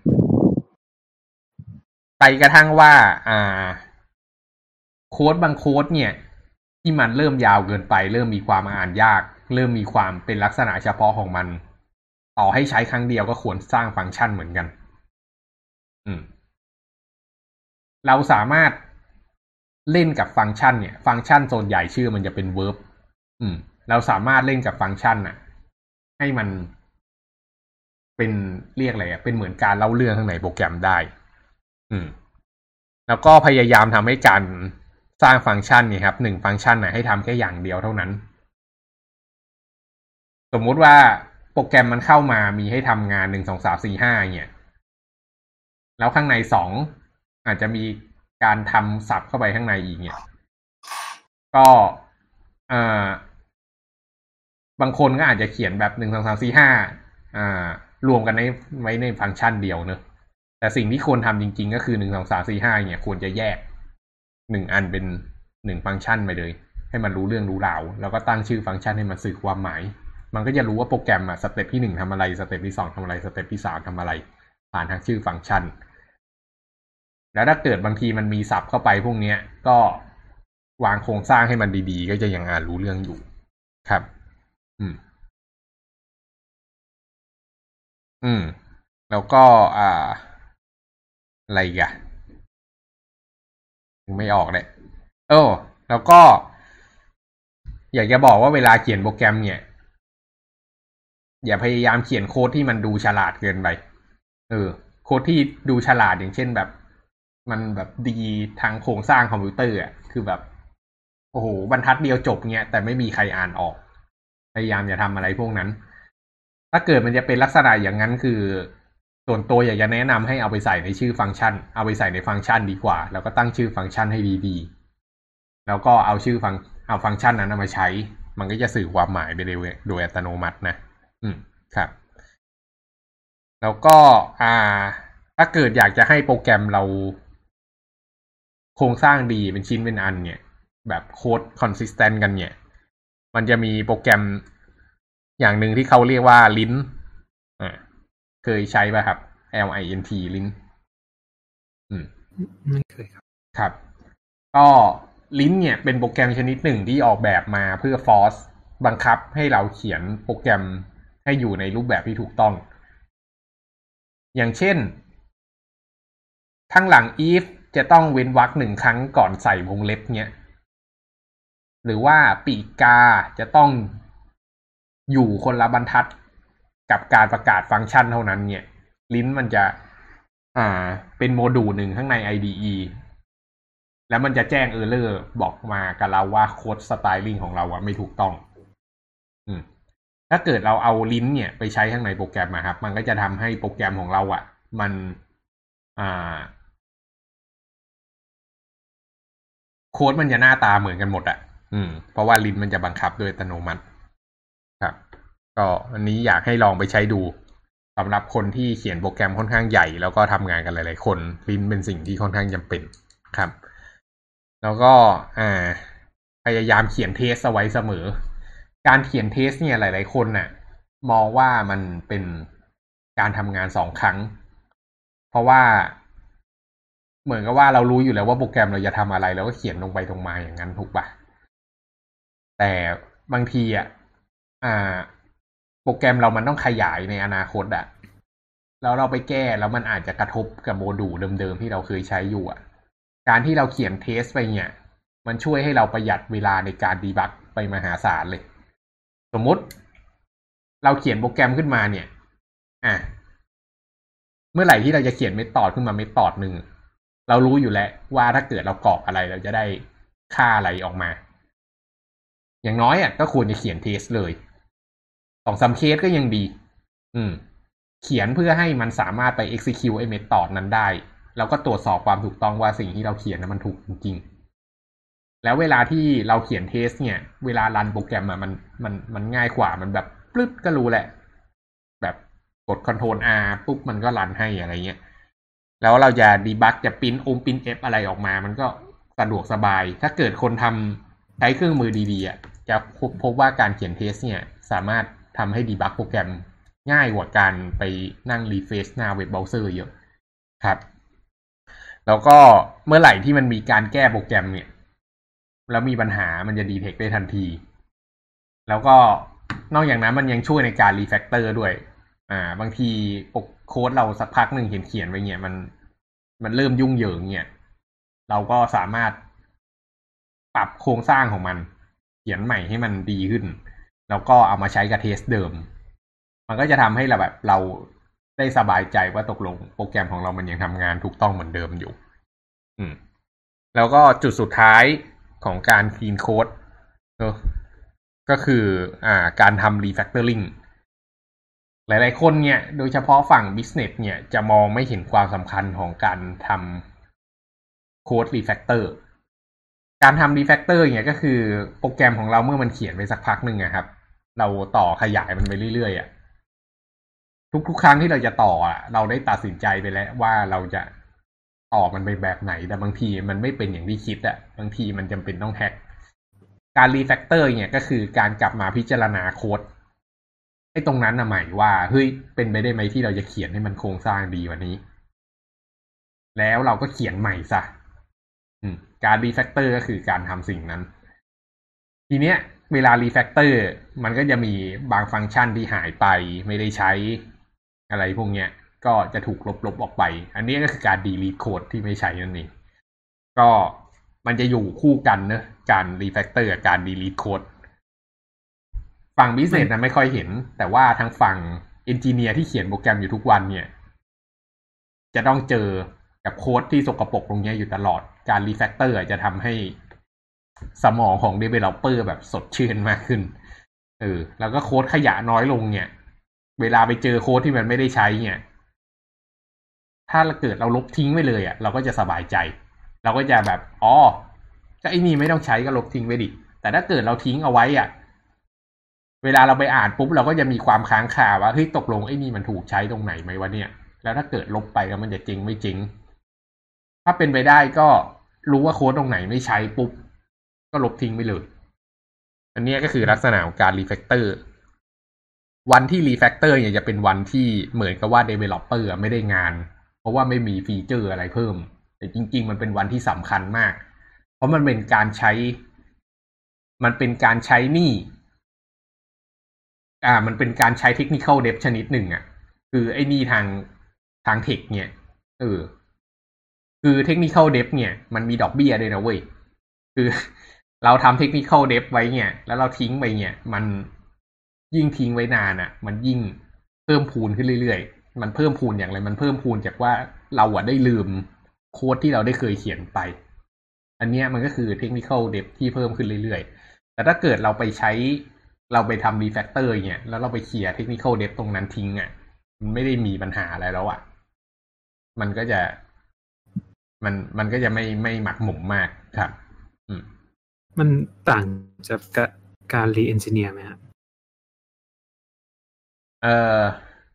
ไปกระทั่งว่าอ่าโค้ดบางโค้ดเนี่ยที่มันเริ่มยาวเกินไปเริ่มมีความอ่านยากเริ่มมีความเป็นลักษณะเฉพาะของมันต่อให้ใช้ครั้งเดียวก็ควรสร้างฟังก์ชันเหมือนกันอืมเราสามารถเล่นกับฟังก์ชันเนี่ยฟังก์ชันส่วนใหญ่ชื่อมันจะเป็น verb อืมเราสามารถเล่นกับฟังก์ชันน่ะให้มันเป็นเรียกอะไรอ่ะเป็นเหมือนการเล่าเรื่องข้างในโปรแกรมได้อืมแล้วก็พยายามทำให้การสร้างฟังก์ชันเนี่ยครับหนึ่งฟังก์ชันน่ะให้ทำแค่อย่างเดียวเท่านั้นสมมุติว่าโปรแกรมมันเข้ามามีให้ทำงานหนึ่งสองสามสี่ห้าเนี่ยแล้วข้างในสองอาจจะมีการทำสับเข้าไปข้างในอีกเนี่ยก็เอ่อบางคนก็อาจจะเขียนแบบหนึ่งสองสามสี่ห้าอ่ารวมกันในไว้ในฟังก์ชันเดียวเนอะแต่แต่สิ่งที่ควรทำจริงๆก็คือหนึ่งสองสามสี่ห้าเนี่ยควรจะแยกหนึ่งอันเป็นหนึ่งฟังก์ชันไปเลยให้มันรู้เรื่องรู้ราวแล้วก็ตั้งชื่อฟังก์ชันให้มันสื่อความหมายมันก็จะรู้ว่าโปรแกรมอะสเต็ปที่หนึ่งทำอะไรสเต็ปที่สองทำอะไรสเต็ปที่สามทำอะไรผ่านทางชื่อฟังก์ชันแล้วถ้าเกิดบางทีมันมีศัพท์เข้าไปพวกนี้ก็วางโครงสร้างให้มันดีๆก็จะยังอ่านรู้เรื่องอยู่ครับอืมอืมแล้วก็อ่าอะไรอีกันไม่ออกเลยเออแล้วก็อยากจะบอกว่าเวลาเขียนโปรแกรมเนี่ยอย่าพยายามเขียนโค้ดที่มันดูฉลาดเกินไปเออโค้ดที่ดูฉลาดอย่างเช่นแบบมันแบบดีทางโครงสร้างคอมพิวเตอร์อ่ะคือแบบโอ้โหบรรทัดเดียวจบเงี้ยแต่ไม่มีใครอ่านออกพยายามอย่าทำอะไรพวกนั้นถ้าเกิดมันจะเป็นลักษณะอย่างนั้นคือส่วนตัวอยากจะแนะนำให้เอาไปใส่ในชื่อฟังก์ชันเอาไปใส่ในฟังก์ชันดีกว่าแล้วก็ตั้งชื่อฟังก์ชันให้ดีๆแล้วก็เอาชื่อฟังเอาฟังก์ชันนั้นมาใช้มันก็จะสื่อความหมายไปโดยอัตโนมัตินะอืมครับแล้วก็อ่าถ้าเกิดอยากจะให้โปรแกรมเราโครงสร้างดีเป็นชิ้นเป็นอันเนี่ยแบบโค้ดคอนสิสแตนต์กันเนี่ยมันจะมีโปรแกรมอย่างหนึ่งที่เขาเรียกว่าลิ้นอ่าเคยใช้ป่ะครับ L I N T ลิ้นอืมไม่เคยครับครับก็ลิ้นเนี่ยเป็นโปรแกรมชนิดหนึ่งที่ออกแบบมาเพื่อฟอร์สบังคับให้เราเขียนโปรแกรมให้อยู่ในรูปแบบที่ถูกต้องอย่างเช่นข้างหลัง if จะต้องเว้นวรรคหนึ่งครั้งก่อนใส่วงเล็บเนี้ยหรือว่าปีกาจะต้องอยู่คนละบรรทัดกับการประกาศฟังก์ชันเท่านั้นเนี่ยลิ้นมันจะอ่าเป็นโมดูลหนึ่งข้างใน ไอ ดี อี แล้วมันจะแจ้งเออร์เลอร์บอกมากับเราว่าโค้ดสไตลิ่งของเราอะไม่ถูกต้องอืมถ้าเกิดเราเอาลิ้นเนี่ยไปใช้ข้างในโปรแกรมอะครับมันก็จะทำให้โปรแกรมของเราอะมันอ่าโค้ดมันจะหน้าตาเหมือนกันหมดอะอืมเพราะว่าลิ้นมันจะบังคับโดยอัตโนมัติครับก็อันนี้อยากให้ลองไปใช้ดูสำหรับคนที่เขียนโปรแกรมค่อนข้างใหญ่แล้วก็ทำงานกันหลายๆคนลิ้นเป็นสิ่งที่ค่อนข้างจำเป็นครับแล้วก็อ่าพยายามเขียนเทสเอาไว้เสมอการเขียนเทสเนี่ยหลายๆคนน่ะมองว่ามันเป็นการทำงานสองครั้งเพราะว่าเหมือนกับว่าเรารู้อยู่แล้วว่าโปรแกรมเราจะทำอะไรแล้วก็เขียนลงไปตรงมาอย่างนั้นถูกปะแต่บางทีอ่ะอ่าโปรแกรมเรามันต้องขยายในอนาคตอ่ะแล้วเราไปแก้แล้วมันอาจจะกระทบกับโมดูลเดิมๆที่เราเคยใช้อยู่อ่ะการที่เราเขียนเทสไปเนี่ยมันช่วยให้เราประหยัดเวลาในการดีบักไปมหาศาลเลยสมมุติเราเขียนโปรแกรมขึ้นมาเนี่ยอ่ะเมื่อไหร่ที่เราจะเขียนเมธอดขึ้นมาเมธอดหนึ่งเรารู้อยู่แล้วว่าถ้าเกิดเรากรอกอะไรเราจะได้ค่าอะไรออกมาอย่างน้อยอ่ะก็ควรจะเขียนเทสเลยสองสามเคสก็ยังดีอืมเขียนเพื่อให้มันสามารถไป execute ไอ้เมธอดนั้นได้แล้วก็ตรวจสอบความถูกต้องว่าสิ่งที่เราเขียนนั้นมันถูกจริงๆแล้วเวลาที่เราเขียนเทสเนี่ยเวลารันโปรแกรมอ่ะมันมันมันง่ายกว่ามันแบบปลึ๊ดก็รู้แหละแบบกด Ctrl R ปุ๊บมันก็รันให้อะไรเงี้ยแล้วเราจะดีบักจะปริ้นอมปริ้นเอฟอะไรออกมามันก็สะดวกสบายถ้าเกิดคนทำใช้เครื่องมือดีๆอ่ะจะพบว่าการเขียนเทสเนี่ยสามารถทำให้ดีบักโปรแกรมง่ายกว่าการไปนั่งรีเฟรชหน้าเว็บเบราว์เซอร์เยอะครับแล้วก็เมื่อไหร่ที่มันมีการแก้โปรแกรมเนี่ยแล้วมีปัญหามันจะดีเทคได้ทันทีแล้วก็นอกจากนั้นมันยังช่วยในการรีแฟกเตอร์ด้วยอ่าบางทีโค้ดเราสักพักหนึ่งเขียนเขียนไปเนี่ยมันมันเริ่มยุ่งเหยิงเนี่ยเราก็สามารถปรับโครงสร้างของมันเขียนใหม่ให้มันดีขึ้นแล้วก็เอามาใช้กับเทสเดิมมันก็จะทำให้เราแบบเราได้สบายใจว่าตกลงโปรแกรมของเรามันยังทำงานถูกต้องเหมือนเดิมอยู่อืมแล้วก็จุดสุดท้ายของการคลีนโค้ดเนอะก็คืออ่าการทำรีแฟกเตอร์ลิงหลายๆคนเนี่ยโดยเฉพาะฝั่ง business เนี่ยจะมองไม่เห็นความสำคัญของการทำโค้ดรีแฟกเตอร์การทำรีแฟกเตอร์เนี่ยก็คือโปรแกรมของเราเมื่อมันเขียนไปสักพักหนึ่งอะครับเราต่อขยายมันไปเรื่อยๆอะทุกๆครั้งที่เราจะต่ออ่ะเราได้ตัดสินใจไปแล้วว่าเราจะต่อมันไปแบบไหนแต่บางทีมันไม่เป็นอย่างที่คิดอ่ะบางทีมันจำเป็นต้องแฮกการรีแฟกเตอร์เนี่ยก็คือการกลับมาพิจารณาโค้ดไอ้ตรงนั้นน่ะหมายว่าเฮ้ยเป็นไปได้ไหมที่เราจะเขียนให้มันโครงสร้างดีกว่านี้แล้วเราก็เขียนใหม่ซะการรีแฟกเตอร์ก็คือการทำสิ่งนั้นทีเนี้ยเวลารีแฟกเตอร์มันก็จะมีบางฟังก์ชันที่หายไปไม่ได้ใช้อะไรพวกเนี้ยก็จะถูกลบๆออกไปอันนี้ก็คือการ delete โค้ดที่ไม่ใช้นั่นเองก็มันจะอยู่คู่กันเนอะการรีแฟกเตอร์กับการ delete โค้ดฝั่งบิสเนสนะไม่ค่อยเห็นแต่ว่าทางฝั่งเอนจิเนียร์ที่เขียนโปรแกรมอยู่ทุกวันเนี่ยจะต้องเจอกับโค้ดที่สกปรกตรงนี้อยู่ตลอดการรีแฟกเตอร์จะทำให้สมองของ developer แบบสดชื่นมากขึ้นเออแล้วก็โค้ดขยะน้อยลงเนี่ยเวลาไปเจอโค้ดที่มันไม่ได้ใช้เนี่ยถ้าเกิดเราลบทิ้งไว้เลยอ่ะเราก็จะสบายใจเราก็จะแบบอ๋อก็ไอ้นี่ไม่ต้องใช้ก็ลบทิ้งไว้ดิแต่ถ้าเกิดเราทิ้งเอาไว้อ่ะเวลาเราไปอ่านปุ๊บเราก็จะมีความค้างคาว่าเฮ้ยตกลงไอ้นี่มันถูกใช้ตรงไหนไหมวะเนี่ยแล้วถ้าเกิดลบไปแล้วมันจะจริงไม่จริงถ้าเป็นไปได้ก็รู้ว่าโค้ดตรงไหนไม่ใช้ปุ๊บก็ลบทิ้งไปเลยอันนี้ก็คือลักษณะของการรีแฟกเตอร์วันที่รีแฟกเตอร์เนี่ยจะเป็นวันที่เหมือนกับว่า developer ไม่ได้งานเพราะว่าไม่มีฟีเจอร์อะไรเพิ่มแต่จริงๆมันเป็นวันที่สำคัญมากเพราะมันเป็นการใช้มันเป็นการใช้นี่อ่ามันเป็นการใช้ technical debt ชนิดหนึ่งอ่ะคือไอ้นี่ทางทางเทคเนี่ยเออคือ technical debt เนี่ยมันมีดอกเบี้ยด้วยนะเว้ยคือเราทำ technical debt ไว้เนี่ยแล้วเราทิ้งไปเนี่ยมันยิ่งทิ้งไว้นานอ่ะมันยิ่งเพิ่มพูนขึ้นเรื่อยๆมันเพิ่มพูนอย่างไรมันเพิ่มพูนจากว่าเราอ่ะได้ลืมโค้ดที่เราได้เคยเขียนไปอันเนี้ยมันก็คือ technical debt ที่เพิ่มขึ้นเรื่อยๆแต่ถ้าเกิดเราไปใช้เราไปทำรีแฟกเตอร์เนี่ยแล้วเราไปเคลียร์ technical debt ตรงนั้นทิ้งอ่ะมันไม่ได้มีปัญหาอะไรแล้วอ่ะมันก็จะมันมันก็จะไม่ไม่หมักหมมมากครับอืมมันต่างจากการรีเอนจิเนียร์ไหมครับเอ่อ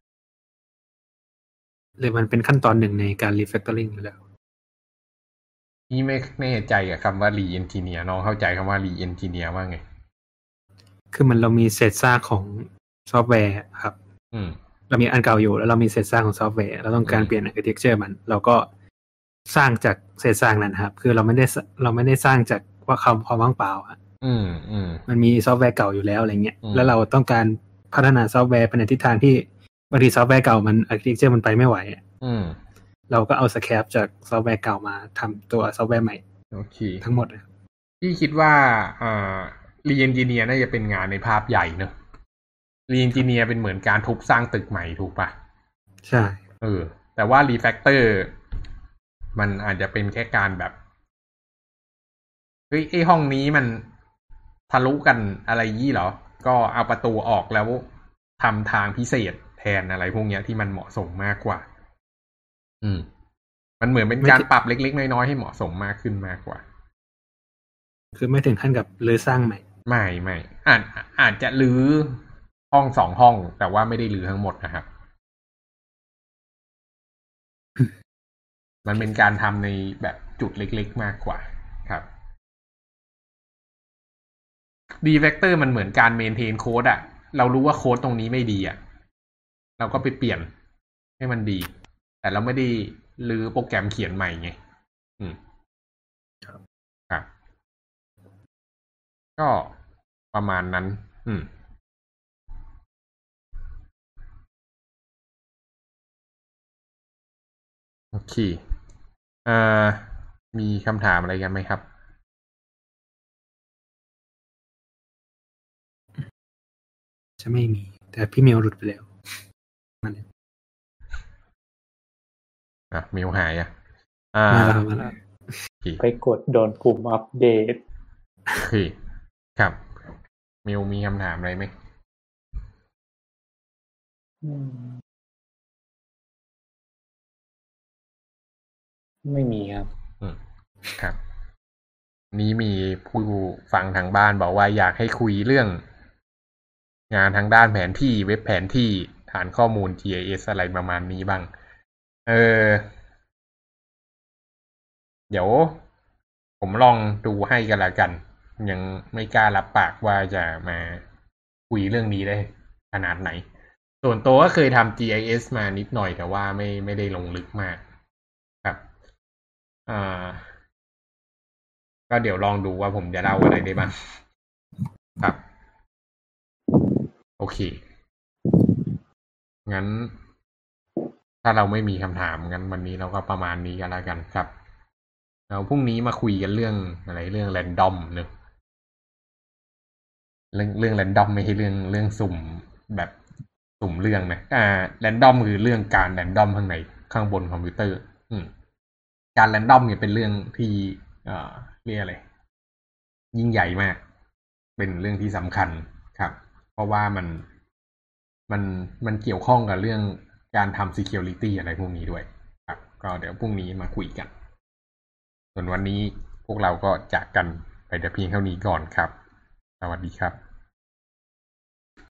หรือมันเป็นขั้นตอนหนึ่งในการรีแฟกเตอริงอยู่แล้วนี่ไม่แน่ใจกับคำว่ารีเอนจิเนียร์น้องเข้าใจคำว่ารีเอนจิเนียร์ว่าไงคือมันเรามีเศษซากของซอฟต์แวร์ครับอืมเรามีอันเก่าอยู่แล้วเรามีเศษซากของซอฟต์แวร์เราต้องการเปลี่ยน architecture มันเราก็สร้างจากเศษซากนั้นครับคือเราไม่ได้เราไม่ได้สร้างจากว่าคำความว่างเปล่าอ่ะอืมอืมมันมีซอฟต์แวร์เก่าอยู่แล้วอะไรเงี้ยแล้วเราต้องการพัฒนาซอฟต์แวร์ไปในทิศทางที่บางทีซอฟต์แวร์เก่ามัน architecture มันไปไม่ไหวอืมเราก็เอาสแครปจากซอฟต์แวร์เก่ามาทำตัวซอฟต์แวร์ใหม่โอเคทั้งหมดพี่คิดว่าอ่ารีเอนจิเนียร์น่าจะเป็นงานในภาพใหญ่เนอะรีเอนจิเนียร์เป็นเหมือนการทุบสร้างตึกใหม่ถูกปะใช่เออแต่ว่ารีแฟกเตอร์มันอาจจะเป็นแค่การแบบเฮ้ยไอห้องนี้มันทะลุกันอะไรยี่เหรอก็เอาประตูออกแล้วทำทางพิเศษแทนอะไรพวกเนี้ยที่มันเหมาะสมมากกว่าอืมมันเหมือนเป็นการปรับเล็กๆน้อยๆให้เหมาะสมมากขึ้นมากกว่าคือไม่ถึงขั้นกับรื้อสร้างใหม่ไม่ไม่อาจอาจจะรื้อห้องสองห้องแต่ว่าไม่ได้รื้อทั้งหมดนะครับมันเป็นการทำในแบบจุดเล็กๆมากกว่าครับดีแฟกเตอร์มันเหมือนการเมนเทนโค้ดอะเรารู้ว่าโค้ดตรงนี้ไม่ดีอะเราก็ไปเปลี่ยนให้มันดีแต่เราไม่ได้รื้อโปรแกรมเขียนใหม่ไงอืมครับก็ประมาณนั้นอืมโอเคเอ่อมีคำถามอะไรกันไหมครับจะไม่มีแต่พี่เมลหลุดไปแล้วมันอ่ะเมลหายอ่ะอ่ามาแล้วมาแล้วไปกดโดนกลุ่มอัปเดตโอเคครับเมลมีคำถามอะไรไหมไม่มีครับอืมครับนี้มีผู้ฟังทางบ้านบอกว่าอยากให้คุยเรื่องงานทางด้านแผนที่เว็บแผนที่ฐานข้อมูล จี ไอ เอส อะไรประมาณนี้บ้างเออเดี๋ยวผมลองดูให้กันละกันยังไม่กล้ารับปากว่าจะมาคุยเรื่องนี้ได้ขนาดไหนส่วนตัวก็เคยทำ จี ไอ เอส มานิดหน่อยแต่ว่าไม่ไม่ได้ลงลึกมากครับอ่าก็เดี๋ยวลองดูว่าผมจะเล่าอะไรได้บ้างครับโอเคงั้นถ้าเราไม่มีคำถามงั้นวันนี้เราก็ประมาณนี้กันแล้วกันครับแล้วพรุ่งนี้มาคุยกันเรื่องอะไรเรื่องแรนดอมเนอะเรื่องเรื่องแรนดอมไม่ใช่เรื่องเรื่องสุ่มแบบสุ่มเรื่องนะอ่าแรนดอมคือเรื่องการแรนดอมข้างในข้างบนคอมพิวเตอร์ อืมการแรนดอมเนี่ยเป็นเรื่องที่เอ่อเรียกอะไรยิ่งใหญ่มากเป็นเรื่องที่สำคัญครับ เพราะว่ามันมันมันเกี่ยวข้องกับเรื่องการทำ security อะไรพวกนี้ด้วยครับก็เดี๋ยวพรุ่งนี้มาคุยกันส่วนวันนี้พวกเราก็จากกันไปแต่เพียงเท่านี้ก่อนครับสวัสดีครับ